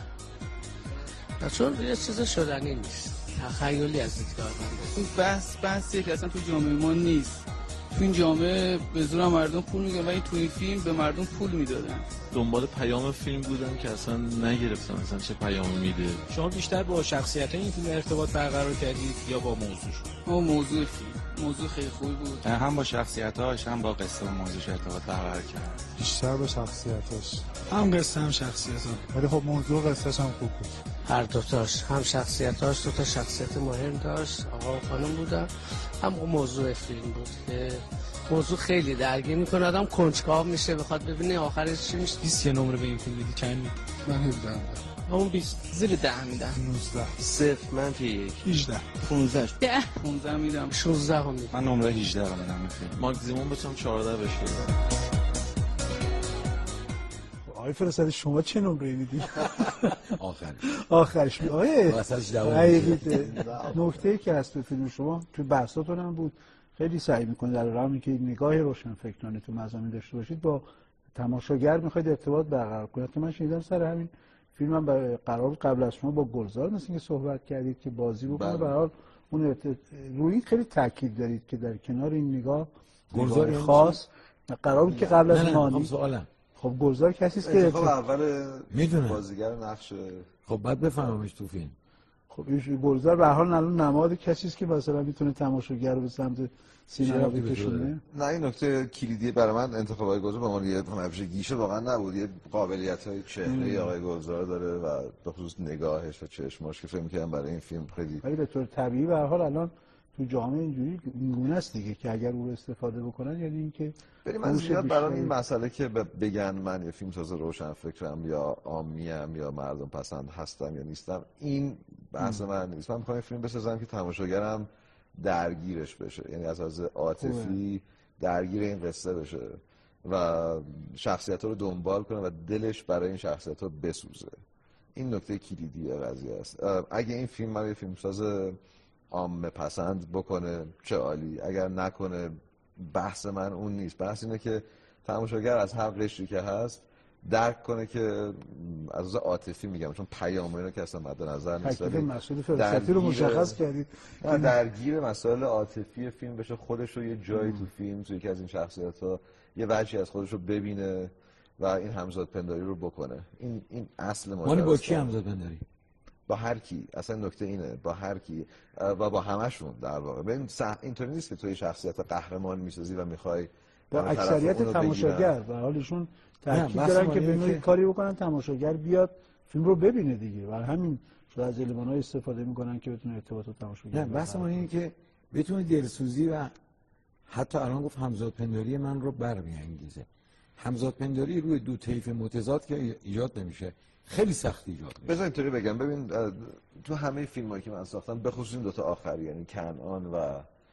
چون یه چیز شدنی نیست، تخیلی از دیدگاه من. این بحثیه که اصلا تو جامعه ما نیست. تو این جامعه به زور مردم پول میگن ولی تو این فیلم به مردم پول میدادن. دنبال پیام فیلم بودم که اصلا نگرفتم اصلا چه پیامی میده. شما بیشتر با شخصیت این فیلم ارتباط برقرار کردید یا با موضوعش؟ موضوع فیلم، موضوع خیلی خوبی بود. هم با شخصیتاش هم با قصه و موضوعش ارتباط برقرار کرد. بیشتر با شخصیتاش، هم قصه هم شخصیتش، ولی خب موضوع قصهش هم خوب بود. هر دوتاش، هم شخصیتاش، دوتا شخصیت مهم داشت، آقا و خانم بودن، هم موضوع فیلم بود که موضوع خیلی درگیر میکنه، آدم کنجکاو میشه بخواد ببینه آخرش چی میشه. 20 نمره به این فیلم میدی؟ چند میدی؟ من 17 همون 20 زیر 10 میدم. 19 صفر، من توی یک 18 15 میدم. 16 هم میدم. من نمره 18 میدم این فیلم. ماکسیموم بتونم 14 بشه. آقای فرستادی شما چه نمره میدی؟ آخرش آقای واسش نکته‌ای که هست تو فیلم شما تو بحثاتون هم بود، خیلی سعی میکنید در رغم که نگاه روشنفکرانه تو مضامین داشته باشید با تماشاگر میخواید ارتباط برقرار کنید. که من شنیدم سر همین فیلم هم قرار قبل از شما با گلزار مثل که صحبت کردید که بازی بکنه، به هر حال اون روی خیلی تاکید دارید که در کنار این نگاه گلزار خاص قرار بود که قبل از مانی. خب گلزار کسی است که خب اول میدونه بازیگر نقش، خب بعد بفهممش تو فیلم. خب گلزار به هر حال الان نماد کسی است که مثلا میتونه تماشاگر رو به سمت سینما بکشونه. نه این نکته کلیدی برای من انتخاب آقای گلزار به عنوان یه هنرپیشه گیشه واقعا نبود. یه قابلیت‌های چهره آقای گلزار داره و به خصوص نگاهش و چشماش که فکر می‌کنم برای این فیلم خیلی، ولی به طور طبیعی به هر حال الان تو جامعه اینجوری اینگونه است دیگه که اگر او رو استفاده بکنن، یعنی اینکه بریم من زیاد برام این مسئله که بگن من یه فیلم ساز روشن فکرم یا عامیم یا مردم پسند هستم یا نیستم، این بحث من نیست. من می‌خوام فیلم بسازم که تماشاگرم درگیرش بشه، یعنی از لحاظ عاطفی درگیر این قصه بشه و شخصیت‌ها رو دنبال کنه و دلش برای این شخصیت‌ها بسوزه. این نکته کلیدی قضیه است. اگه این فیلم من یه فیلمساز عامه پسند بکنه چه عالی، اگر نکنه بحث من اون نیست. بحث اینه که تماشاگر از هر قشری که هست درک کنه که از لحاظ عاطفی میگم، چون پیام اینا که اصلا مد نظر نیست، ولی مسئول فلسفی رو مشخص کردید، درگیر مسائل عاطفی فیلم بشه، خودش رو یه جایی تو فیلم تو یکی از این شخصیت‌ها یه وجهی از خودش رو ببینه و این همزادپنداری رو بکنه. این اصل ماجراست. با کی همزادپنداری؟ با هر کی، اصلا نکته اینه، با هر کی و با همشون در واقع. ببین اینطوری نیست که توی شخصیت قهرمان میسازی و میخوای با اکثریت تماشاگر به حالشون تاکید دارن که به نوعی کاری بکنن تماشاگر بیاد فیلم رو ببینه دیگه، و همین شاید از المان‌های استفاده میکنن که بتونه ارتباط با تماشاگر. نه بحث ما اینه که بتونه دلسوزی و حتی الان گفت همزادپنداری من رو برمی‌انگیزه. همزادپنداری روی دو طیف متضاد که ایجاد نمیشه، خیلی سخت ایجاد میشه. بذار اینطوری بگم، ببین تو همه فیلمایی که من ساختم به خصوص این دو تا آخری، یعنی کنعان و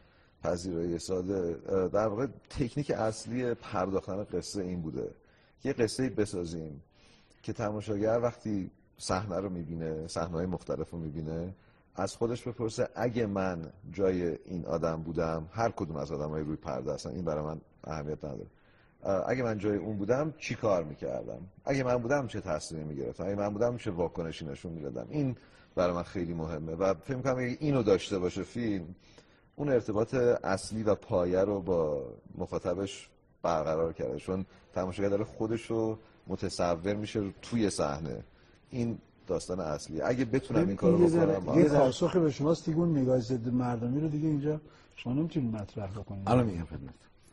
پذیرایی ساده، در واقع تکنیک اصلی پرداختن قصه این بوده یه قصه‌ای بسازیم که تماشاگر وقتی صحنه رو میبینه، صحنه‌های مختلف رو میبینه، از خودش بپرسه اگه من جای این آدم بودم، هر کدوم از آدمای روی پرده هستن، این برای من اهمیت نداره، اگه من جای اون بودم چی کار میکردم، اگه من بودم چه تصمیمی میگرفتم، اگه من بودم چه واکنشی نشون میدادم. این برای من خیلی مهمه و فکر می‌کنم اگه اینو داشته باشه فیلم، اون ارتباط اصلی و پایه رو با مخاطبش برقرار کرده، چون تماشاگر داره خودش رو متصور میشه توی صحنه. این داستان اصلی. اگه بتونم این کارو بکنم، یه پاسخی به شماست دیگه، اون نگاه ضد مردمی رو دیگه اینجا شما نمیتونید مطرح بکنید. الان میگم خدمت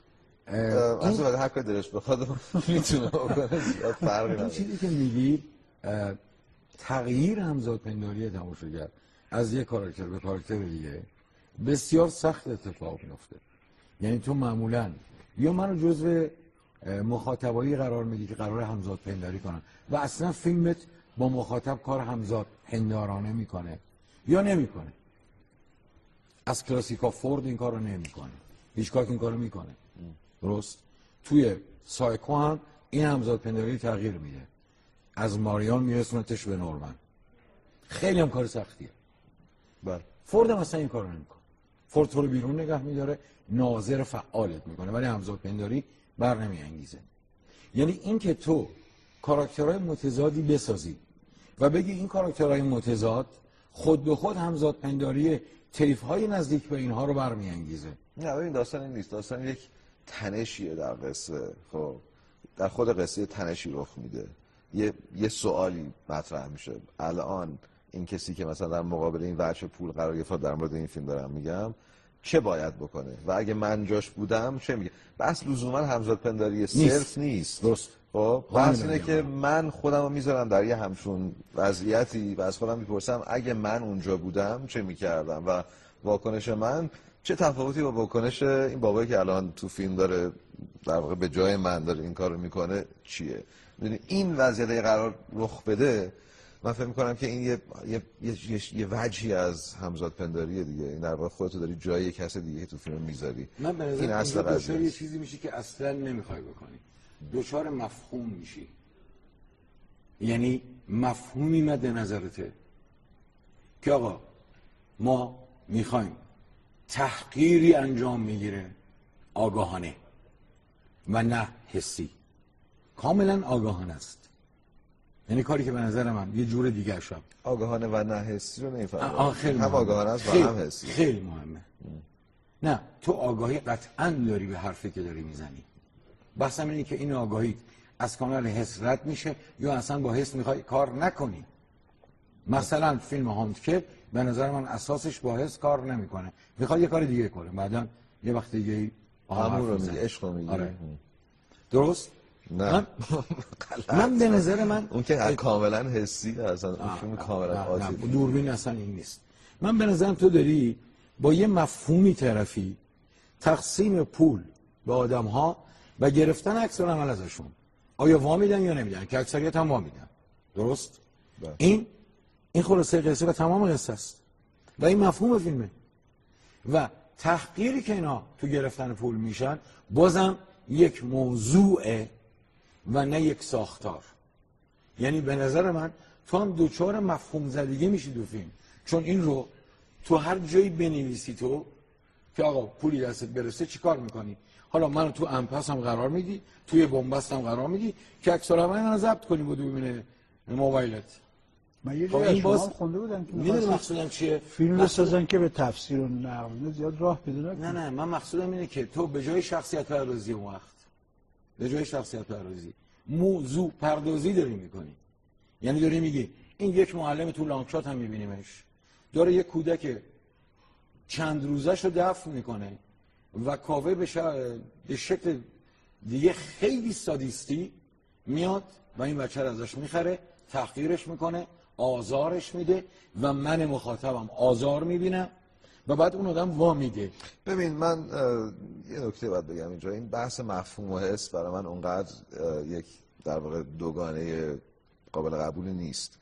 اصلا هر کاری دلش بخواد میتونه بکنه، فرقی نداره. این چیزی که میگی تغییر همزادپنداری تماشاگر از یک کاراکتر به کاراکتر دیگه بسیار سخت اتفاق میفته. یعنی تو معمولا یا منو جزو مخاطبایی قرار میدی که قرار همزادپنداری کنن و اصلا فیلمت با مخاطب کار همزادپندارانه میکنه یا نمیکنه. از کلاسیکا فورد این کارو نمیکنه، هیچکاک این کارو میکنه. درست؟ توی سایکو هم این همزادپنداری تغییر میده، از ماریان میرسونتش به نورمن. خیلی هم کار سختیه. بله. فورد هم اصلا این کارو نمیکنه. فورد تو رو بیرون نگه میداره، ناظر فعالت میکنه، ولی همزادپنداری بر نمیانگیزه. یعنی این که تو کاراکترهای متضادی بسازی و بگی این کاراکترهای متضاد خود به خود همزادپنداری طیف‌های نزدیک به اینها رو برمیانگیزه. نه این داستان این نیست، داستان یک تنشیه در قصه. خب در خود قصه تنشی رخ میده، یه سوالی مطرح میشه. الان این کسی که مثلا در مقابل این وجه پول قرار گرفت، در مورد این فیلم دارم میگم، چه باید بکنه و اگه من جاش بودم چه میگه. بس لزوما همزادپنداری صرف نیست. درست. خب بحث اینه که من خودم رو میذارم در یه همچون وضعیتی و از خودم میپرسم اگه من اونجا بودم چه میکردم و واکنش من چه تفاوتی با واکنش این بابایی که الان تو فیلم داره در واقع به جای من داره این کارو میکنه چیه. میدونی این وضعیت قرار رخ بده، من فکر میکنم که این یه وجهی از همزادپنداریه دیگه. این در واقع خودتو داری جای کس دیگه که تو فیلم میذاری. من به این اصل قضیه یه چیزی میشه که اصلا نمیخوای بکنی، دچار مفهوم میشی. یعنی مفهومی مد نظرته که آقا ما میخوایم تحقیری انجام میگیره آگاهانه و نه حسی، کاملا آگاهانه است. یعنی کاری که به نظر من یه جور دیگه شد. آگاهانه و نه حسی رو نمیفهمم. هم آگاهانه است و هم حسی. خیلی مهمه. نه تو آگاهی قطعا داری به حرفی که داری میزنی. بحثم اینه که این آگاهی از کانال حس رد میشه یا اصلا با حس میخوای کار نکنی. مثلا فیلم هاندکپ به نظر من اساسش با حس کار نمیکنه، میخواد یه کار دیگه کنه، بعدا یه وقت دیگه همون رو میگه، عشق رو میگه. آره. درست؟ نه من به نظر من اون که کاملا حسی اصلا اون فیلم کاملا عاطفی. دوربین اصلا این نیست. من به نظرم تو داری با یه مفهومی طرفی تقسیم پول به آدم ها و گرفتن عکس العمل ازشون، آیا وا میدن یا نمیدن، که اکثریت هم وا میدن. درست؟ این خلاصه قصه و تمام قصه است و این مفهوم فیلمه. و تحقیری که اینا تو گرفتن پول میشن بازم یک موضوعه و نه یک ساختار. یعنی به نظر من تو هم دوچار مفهوم زدگی میشی دو فیلم، چون این رو تو هر جایی بنویسی تو که آقا پولی دستت برسه چی کار میکنی. حالا منو تو امپس هم قرار میدی، توی بنبست هم قرار میدی که عکس العمل منو ضبط کنی با دوربین موبایلت. من یه جایی شما خونده بودم که میدونی مقصودم چیه؟ فیلم بسازن که به تفسیر و نقل زیاد راه بدون. نه من مقصودم اینه که تو به جای شخصیت پردازی اون وقت، به جای شخصیت پردازی موضوع پردازی داری میکنی. یعنی داری میگی این یک معلم تو لانگشات هم میبینیمش داره یک کودک چند روزش رو دفن میکنه و کاوه به شکل دیگه خیلی سادیستی میاد و این بچه رو ازش میخره، تحقیرش میکنه، آزارش میده و من مخاطبم آزار میبینم و بعد اون آدم وا میده. ببین من یه نکته باید بگم اینجا، این بحث مفهوم و حس برای من اونقدر یک در واقع دوگانه قابل قبولی نیست.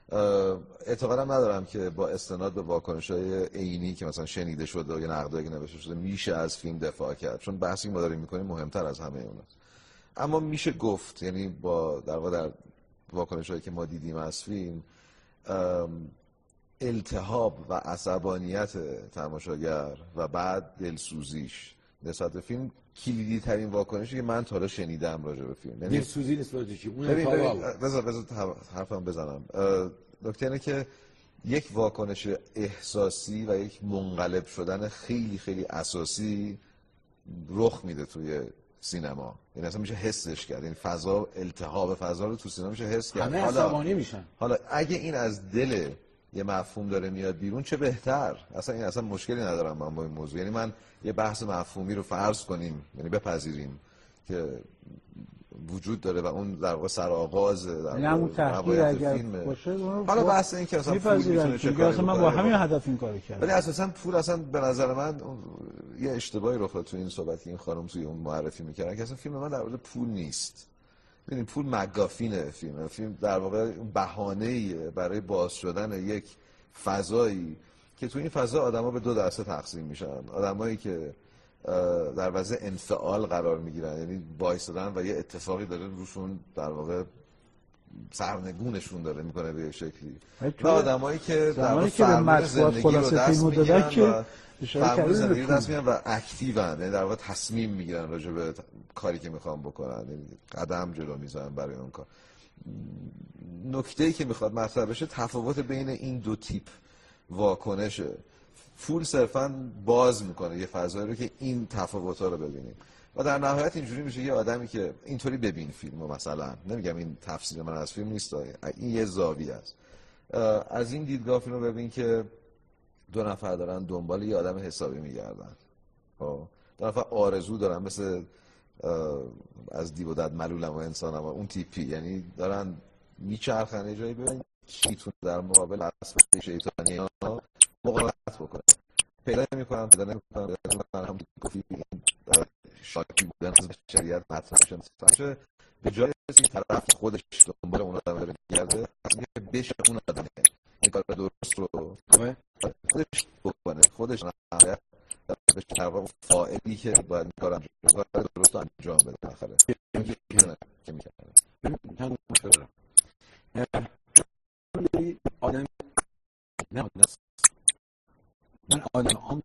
اعتقادم ندارم که با استناد به واکنش‌های عینی که مثلا شنیده شده و یا نقدایی که نوشته شده میشه از فیلم دفاع کرد، چون بحثی ما داریم میکنیم مهمتر از همه اوناست. اما میشه گفت یعنی با در واقع در واکنش‌هایی که ما دیدیم از فیلم التهاب و عصبانیت تماشاگر و بعد دلسوزیش نسبت به فیلم کلیدی ترین واکنشی که من تا حالا شنیدم راجع به فیلم. یعنی دلسوزی نسبت به چی؟ بذار حرفم بزنم. نکته اینه که یک واکنش احساسی و یک منقلب شدن خیلی خیلی اساسی رخ میده توی سینما. یعنی اصلا میشه حسش کرد. این فضا، التهاب فضا رو تو سینما میشه حس کرد. همه عصبانی میشن. حالا اگه این از دل یه مفهوم داره میاد بیرون چه بهتر. اصلا این اصلا مشکلی ندارم من با این موضوع. یعنی من یه بحث مفهومی رو فرض کنیم، یعنی بپذیریم که وجود داره و اون در واقع سرآغاز همون تحقیر اگر باشه. حالا بحث این که اصلا پول میتونه چه کاری من با همین هدف این کارو کردم. ولی اساسا پول اصلا به نظر من یه اشتباهی رخ داد تو این صحبت که این خانم توی اون معرفی میکردن که اصلا فیلم من در مورد پول نیست. ببینید پول مگافینه. فیلم در واقع بهانه‌ایه برای باز شدن یک فضایی که تو این فضا آدما به دو دسته تقسیم میشن. آدمایی که در وضع انفعال قرار میگیرن، یعنی وایسادن و یه اتفاقی داره روشون در واقع سرنگونشون داره میکنه به شکلی، و آدمایی که در واقع فرمون زندگی رو دست میگیرن و فرمون زندگی رو دست میگیرن و اکتیون، یعنی در واقع تصمیم میگیرن راجع به کاری که میخوان بکنن، یعنی قدم جلو میزنن برای اون کار. نکته‌ای که میخواد مطرح بشه تفاوت بین این دو تیپ واکنشه. فول صرفاً باز میکنه یه فضایی رو که این تفاوت‌ها رو ببینیم و در نهایت اینجوری میشه یه آدمی که اینطوری ببین فیلمو، مثلا نمیگم این تفسیر من از فیلم نیست، این یه زاویه است، از این دیدگاه فیلمو ببین که دو نفر دارن دنبال یه آدم حسابی میگردن، دو نفر آرزو دارن، مثل از دیو و دد ملولم و انسانم و اون تیپی، یعنی دارن میچرخن یه جایی ببین کی میتونه در مقابل وسوسه شیطانی ها مقاومت بکنه. پیدا نمی‌کنم هم گفتی شاکی بودن از بشریت مطرح شده به جای این طرف خودش دنبال اون آدم داره می‌گرده، میگه بشه اون آدمه این کار درست رو خودش بکنه، خودش نهایت در واقع فاعلی که باید این کار درست رو انجام بده بالاخره که می‌کنه. آدم نه من آدم هم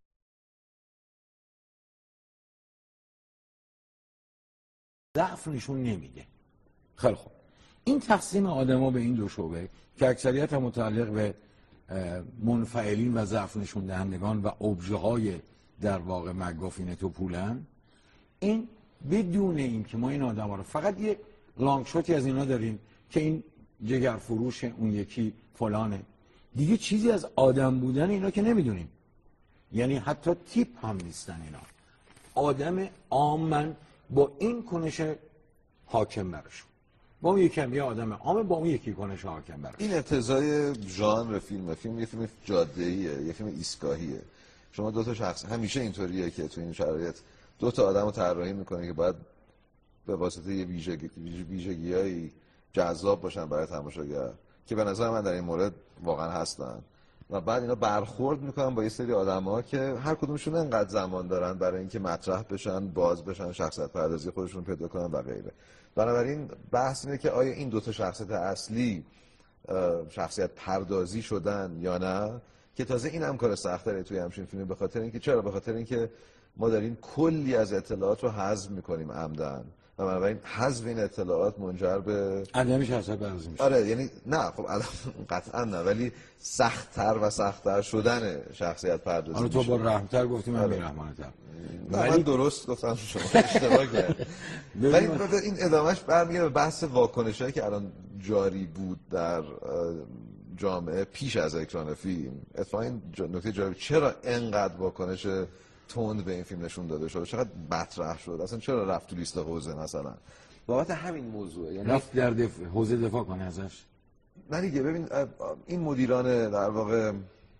ضعف نشون نمیده. خیلی خوب، این تقسیم آدما به این دو شعبه که اکثریت هم متعلق به منفعلین و ضعف نشون دهندگان و ابژه های در واقع مگافینت و پولن، این بدون این که ما این آدما رو فقط یه لانگ شاتی از اینا داریم که این جگر فروش، اون یکی فلانه، دیگه چیزی از آدم بودن اینا که نمیدونیم، یعنی حتی تیپ هم نیستن اینا. آدم عامن با این کنش حاکم برشون، با اون یکی هم یه آدم عام با اون یکی کنش حاکم برشون. این اقتضای ژانر فیلمه. فیلم یه فیلم جاده‌ایه، یه فیلم ایستگاهیه. شما دو تا شخص همیشه اینطوریه که تو این شرایط دو تا آدمو طراحی می‌کنه که باید به واسطه یه ویژگی‌های جذاب باشن برای تماشاگر که به نظر من در این مورد واقعا هستن، و بعد اینا برخورد میکنن با یه سری آدم‌ها که هر کدومشون انقدر زمان دارن برای اینکه مطرح بشن، باز بشن، شخصیت پردازی خودشون پیدا کنن و غیره. بنابراین بحث اینه که آیا این دو تا شخصیت اصلی شخصیت پردازی شدن یا نه، که تازه این هم کار سخت‌تره توی همچین فیلمی. به خاطر اینکه چرا؟ به خاطر اینکه ما داریم کلی از اطلاعات رو حذف میکنیم عمدن و بنابراین حذف این اطلاعات منجر به عدم شخصیت پردازی میشه. آره، یعنی نه خب قطعا نه، ولی سخت‌تر و سخت‌تر شدن شخصیت پردازی. آره تو با رحمتر گفتی، من بی‌رحمانه‌تر. من درست گفتم، شما اشتباه کردید. ولی این ادامهش برمیگرده به بحث واکنشایی که الان جاری بود در جامعه پیش از اکران فیلم. اتفاقا این نکته جالب، چرا انقدر واکنش تند به این فیلم نشون داده شد، چقدر مطرح شد، اصلا چرا رفت تو لیست حوزه مثلا بابت همین موضوع، یعنی رفت در حوزه دفاع کنه ازش. نه دیگه، ببین این مدیران در واقع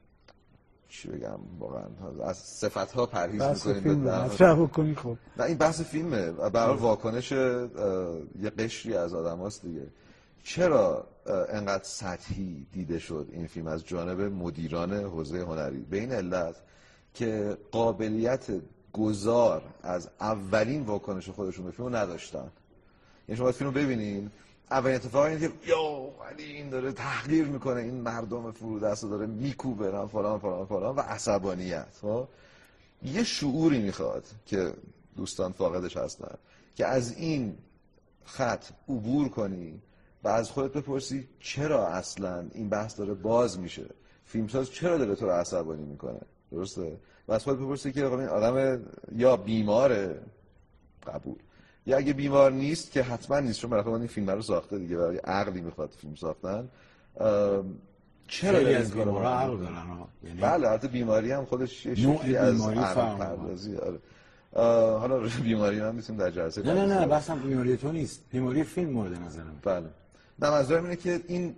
چی بگم، واقعا از صفت‌ها پرهیز می‌کنیم مطرح بکنی. خب نه این بحث فیلمه، برای واکنش یه قشری از آدماست دیگه. چرا انقدر سطحی دیده شد این فیلم از جانب مدیران حوزه هنری؟ به این علت که قابلیت گذار از اولین واکنش خودشون به فیلم نداشتن. یعنی شما فیلمو ببینین، اولین اتفاق اینه که ولی این داره تحقیر میکنه این مردم فرودست رو داره میکوبه فلان فلان فلان و عصبانیت. یه شعوری میخواد که دوستان فاقدش هستن که از این خط عبور کنی و از خودت بپرسی چرا اصلا این بحث داره باز میشه، فیلمساز چرا داره تو رو عصبانی میکنه، درسته؟ و از خودت بپرسی که این آدم یا بیماره، قبول، یا اگه بیمار نیست که حتما نیست چون بالاخره این فیلم رو ساخته دیگه و عقلی میخواد فیلم ساختن، چرا خیلی این از کارو بیمارا میکنه؟ عقل دارن یعنی بله البته بیماری هم خودش یه شکلی از عقل پردازی. حالا بیماری هم میتونیم در جلسه نه بحثم بیماری تو نیست، بیماری فیلم مورد نظرم. بله نه منظورم اینه که این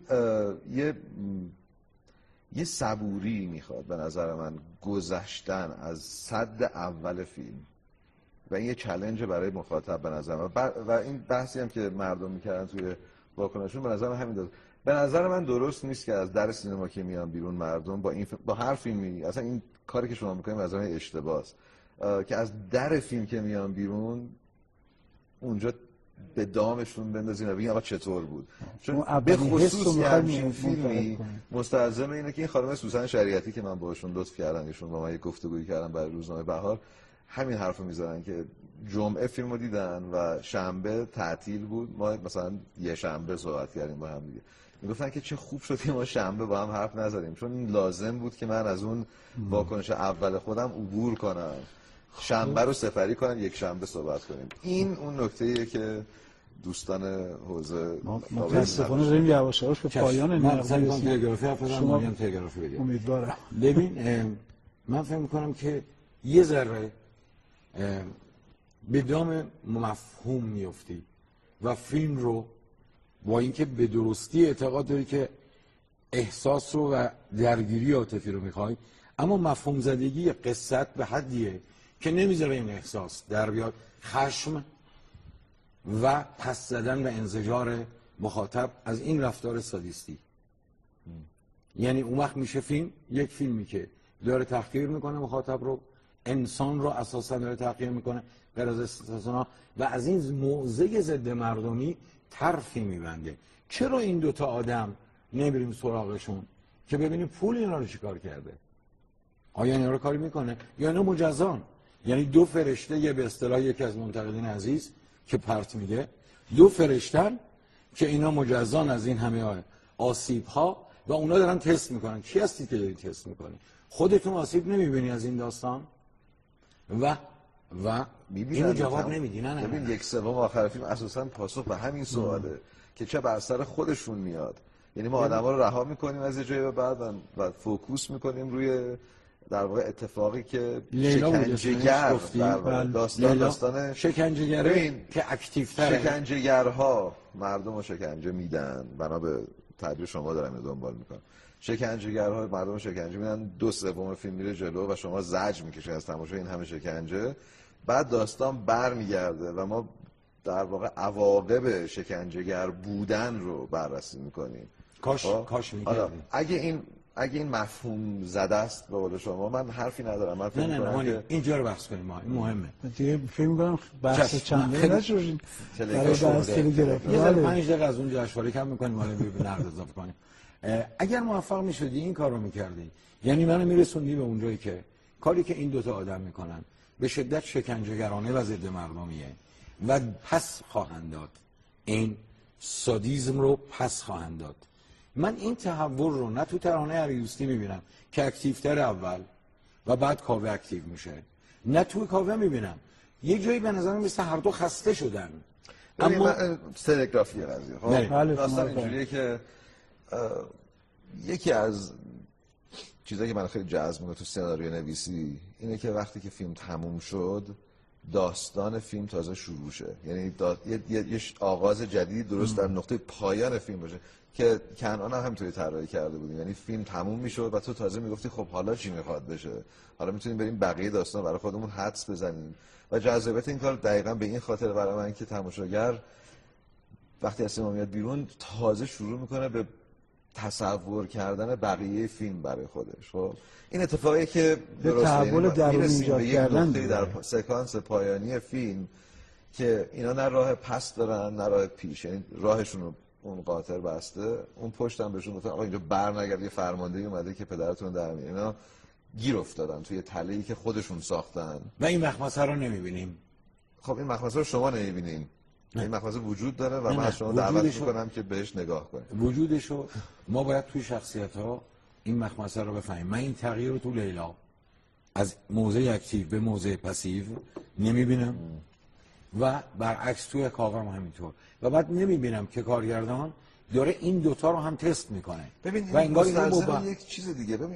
یه صبوری میخواد به نظر من گذشتن از صد اول فیلم و این یه چالش برای مخاطب به نظر من و این بحثی هم که مردم میکردن توی واکنشون به نظر من همین داره. به نظر من درست نیست که از در سینما که میان بیرون مردم با هر فیلمی، اصلا این کاری که شما میکنید به نظر من اشتباهه که از در فیلم که میان بیرون اونجا به دامشون بندازین و بگین آقا چطور بود، چون به خصوص همچین فیلمی مستلزم اینه که این خانم سوسن شریعتی که من باهاشون لطف کردم، ایشون با من یک گفتگویی کردم برای روزنامه بهار، همین حرفو میزنن که جمعه فیلمو دیدن و شنبه تعطیل بود، ما مثلا یه شنبه صحبت کردیم با هم دیگه، میگفتن که چه خوب شد که ما شنبه با هم حرف نزدیم چون این لازم بود که من از اون واکنش اول خودم عبور کنم، شنبه رو سفری کنم، یک شنبه صحبت کنیم. این اون نکته‌ایه که دوستان حوزه متاسفانه داریم یواش یواش به پایان این شما تلگرافی بگم. امیدوارم. ببین من فکر می‌کنم که یه ذره به دام مفهوم میفتی و فیلم رو با اینکه به درستی اعتقاد داری که احساس رو و درگیری عاطفی رو میخوای، اما مفهوم زدگی قصت به حدیه که نمیذاره این احساس در بیاد، خشم و پس زدن و انزجار مخاطب از این رفتار سادیستی. یعنی اون وقت میشه فیلم یک فیلمی که داره تحقیر میکنه مخاطب رو، انسان رو اساسا داره تحقیر میکنه غیر از استثنا و از این موضع ضد مردمی طرفی میبنده. چرا این دوتا آدم نمیریم سراغشون که ببینیم پول اینا رو چیکار کرده؟ آیا اینا رو کاری میکنه یا اینا مجزان؟ یعنی دو فرشته، یه به اصطلاح یکی از منتقدین عزیز که پرت میگه دو فرشتن که اینا مجزان از این همه آسیب ها و اونا دارن تست میکنن. کی هستی که داری تست میکنی؟ خودتون آسیب نمیبینی از این داستان؟ و اینو جواب نمیدی. نه ببین یک سوم آخر فیلم اساسا پاسخ به همین سواله که چه بر سر خودشون میاد. یعنی ما آدما رو رها میکنیم از یه جایی به بعد و فوکوس میکنیم روی در واقع اتفاقی که شکنجهگر داستان شکنجهگره که اکتیوتره. شکنجهگرها مردم رو شکنجه میدن، بنا به تعبیر شما دارم اینو دنبال میکنم. شکنجهگرها مردم رو شکنجه میدن، 2/3 فیلم میره جلو و شما زجر میکشید از تماشای این همه شکنجه، بعد داستان برمیگرده و ما در واقع عواقب شکنجهگر بودن رو بررسی میکنیم. کاش میکردیم. اگه این مفهوم زده است به قول شما، من حرفی ندارم. من فکر می‌کنم که اینجا رو بحث کنیم، این مهمه. دیگه فکر می‌کنم بحث چنده نشوریم. برای بحث تلگرافی. یه 5 دقیقه از اون جشنواره کم می‌کنیم، حالا به نقد اضافه کنیم. اگر موفق می‌شدی این کارو می‌کردی، یعنی منو میرسوندی به اونجایی که کاری که این دوتا آدم می‌کنن به شدت شکنجهگرانه و ضد مردمیه و پس خواهند داد. این سادیسم رو پس خواهند داد. من این تحول رو نه تو ترانه علیدوستی میبینم که اکتیوتر اول و بعد کاوه اکتیو میشه، نه تو کاوه میبینم. یه جایی به نظر مثل هر دو خسته شدن. اما تلگرافی قضیه داستان اینجوریه که یکی از چیزایی که من خیلی جذب میکنه تو سناریو نویسی اینه که وقتی که فیلم تموم شد داستان فیلم تازه شروع شه، یعنی یه آغاز جدید درست در نقطه پایان فیلم باشه که کنعان هم همینطوری طراحی کرده بودیم. یعنی فیلم تموم میشد و تو تازه میگفتی خب حالا چی میخواد بشه، حالا میتونیم بریم بقیه داستان برای خودمون حدس بزنیم. و جذابیت این کار دقیقاً به این خاطر برای من که تماشاگر وقتی از سینما میاد بیرون تازه شروع میکنه به تصور کردن بقیه فیلم برای خودش. خب این اتفاقی که به تحول درونی ایجاد کردن در سکانس پایانی فیلم که اینا نه راه پس دارن نه راه پیش، یعنی راهشون رو اون قاطر بسته، اون پشتم بهشون گفتن آقا اینجا برنگرد، یه فرماندهی اومده که پدرتون در میاره. اینا گیر افتادن توی تله‌ای که خودشون ساختن و این مخمصه رو نمیبینیم. خب این مخمصه رو شما نمیبینین، این مخمصه وجود داره و من از شما دعوت میکنم که بهش نگاه کنید. وجودشو ما باید توی شخصیت ها این مخمصه رو بفهمیم. من این تغییر رو تو لیلا از موضع اکتیو به موضع پسیو نمیبینم و برعکس توی کاغم همینطور، و بعد نمیبینم که کارگردان داره این دوتا رو هم تست میکنه. ببین و انگار این یک چیز دیگه، ببین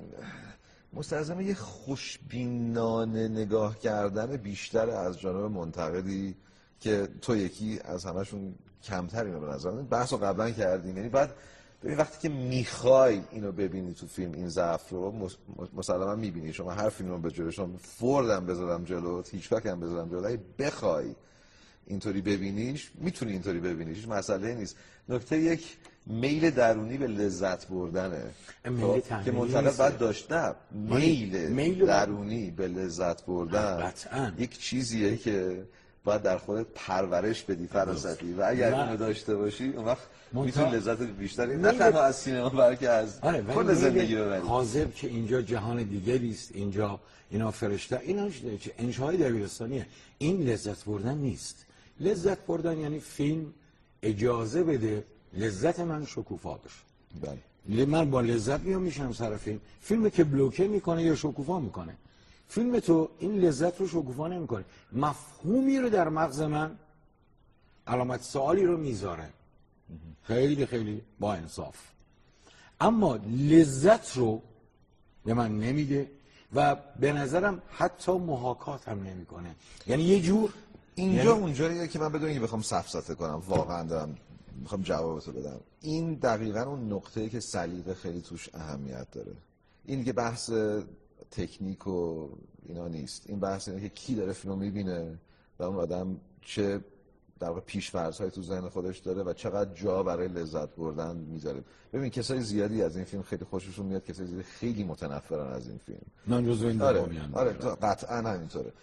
مستلزم یه خوشبینانه نگاه کردن بیشتر از جانب منتقدی که تو یکی از همشون کمتر اینو به نظر من بحث رو قبلا کردیم. یعنی بعد ببین وقتی که میخوای اینو ببینی تو فیلم این ضعف رو مسلما میبینی. شما هر فیلم رو به جلوی شما فوردم بذارم جلو، هیچکاک هم بذارم جلو، اگه بخوای اینطوری ببینیش میتونی اینطوری ببینیش، هیچ مسئله نیست. نکته یک میل درونی به لذت بردنه که منتقد باید داشت. نه میل درونی به لذت بردن یک چیزیه که باید در خودت پرورش بدی فراستی و اگر اینو داشته باشی اون وقت میتونی لذت بیشتری نه تنها از سینما بلکه از کل زندگی ببری. حاضر که اینجا جهان دیگری است، اینجا اینا فرشته، اینا انشاءهای دبیرستانیه. این لذت بردن نیست. لذت بردن یعنی فیلم اجازه بده لذت من شکوفا بشه. بله. من با لذت میشم سر فیلم که بلوکه میکنه یا شکوفا میکنه. فیلم تو این لذت رو شکوفا نمیکنه، مفهومی رو در مغز من علامت سوالی رو میذاره، خیلی خیلی با انصاف، اما لذت رو به من نمیده و به نظرم حتی محاکات هم نمیکنه. یعنی یه جور اینجا اونجاییه که من بدون اینکه بخوام سفسطه کنم واقعا دارم میخوام جوابتو بدم. این دقیقاً اون نقطه‌ای که سلیقه خیلی توش اهمیت داره. این که بحث تکنیک و اینا نیست، این بحث اینه که کی داره فیلمو میبینه و اون آدم چه در واقع پیش‌فرض‌هایی تو ذهن خودش داره و چقدر جا برای لذت بردن میذاره. ببین کسای زیادی از این فیلم خیلی خوششون میاد، کسای زیادی خیلی متنفرن از این فیلم. من جزو این دومیام. آره قطعاً همینطوره.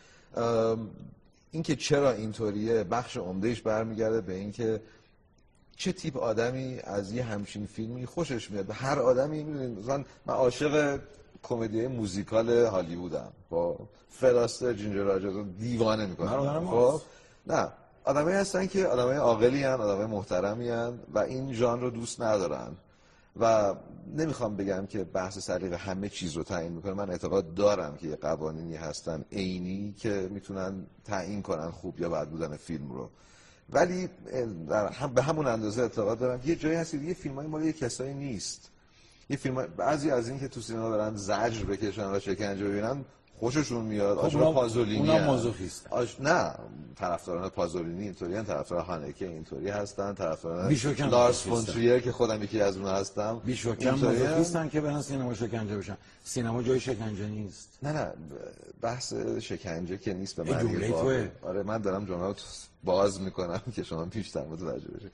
این که چرا اینطوریه بخش عمدهش برمیگرده به این که چه تیپ آدمی از یه همچین فیلمی خوشش میاد. هر آدمی میدونید مثلا من عاشق کمدی موزیکال هالیوودم، با فراستر جینجر راجرز دیوانه میکنم. خب نه آدمایی هستن که آدمای عاقلی ان، آدمای محترمی ان و این ژانر رو دوست ندارن و نمیخوام بگم که بحث سلیقه همه چیز رو تعیین میکنه. من اعتقاد دارم که قوانینی هستن عینی که میتونن تعیین کنن خوب یا بد بودن فیلم رو، ولی به همون اندازه اعتقاد دارم یه جایی هست یه فیلمای مال یه کسایی نیست. یه فیلم بعضی از این که تو سینما برن زجر بکشن و شکنجه ببینن خوششون میاد. آشنا پازولینی اونا مازوخیست. نه طرفداران پازولینی اینطوری ان، طرفدار هانکه اینطوری هستن، طرفداران لارس فون تریر که خودم یکی از اونها هستم بیشوکن مازوخیستن که برن سینما شکنجه بشن. سینما جای شکنجه نیست. نه بحث شکنجه که نیست به معنی واقعی. آره من دارم جمله رو باز میکنم که شما بیشتر متوجه بشید.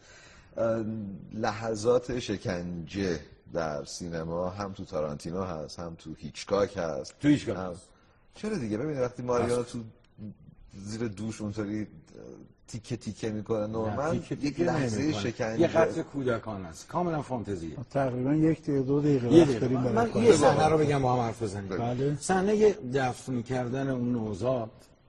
لحظات شکنجه در سینما هم تو تارانتینو هست، هم تو هیچکاک هست. تو هیچکاک هست. چرا دیگه ببینید وقتی ماریانا تو زیر دوش اونطوری تیکه تیکه میکنه نورمن یک لحظه شکنجه یه قتل کودکان است، کاملا فانتزیه. تقریبا 1 تا 2 دقیقه وقت داریم برای من یه صحنه رو بگم با هم حرف بزنیم. بله. صحنه دفن کردن اون نوزاد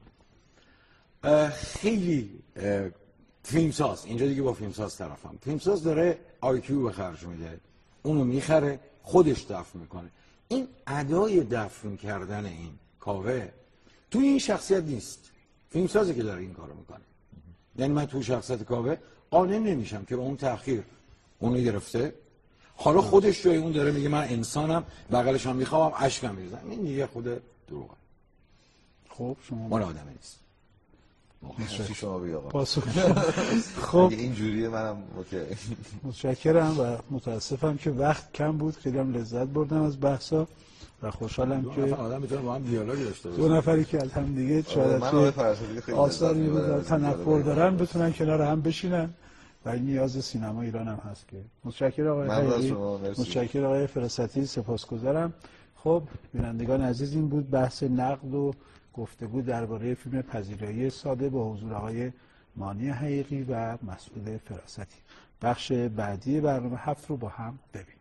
خیلی فیلمساز، اینجا دیگه با فیلمساز طرفم. فیلمساز داره آیکیو به خرج میده، اونو میخره خودش دفن میکنه. این ادای دفن کردن این کاوه تو این شخصیت نیست، فیلمسازی که داره این کارو میکنه. یعنی من تو شخصیت کاوه قانع نمیشم که با اون تأخیر اونو گرفته، حالا خودش جای اون داره میگه من انسانم، بغلش هم میخوام اشکم میریزم. این دیگه خود دروغه. خب شما مال آدمی نیست. شما بگید آقا. خب این جوریه منم اوکی. متشکرم و متاسفم که وقت کم بود. خیلی هم لذت بردم از بحثا و خوشحالم که آدم میتونه با هم دیالوگ داشته باشه. دو نفری که هم دیگه شاید آثاری رو تنفر دارن بتونن کنار هم بشینن و این نیاز سینما ایران هم هست. که متشکرم آقای حیری، متشکرم آقای فراستی، سپاسگزارم. خب بینندگان عزیز این بود بحث نقد و گفتگو درباره فیلم پذیرایی ساده با حضور آقای مانی حقیقی و مسعود فراستی. بخش بعدی برنامه 7 رو با هم ببینیم.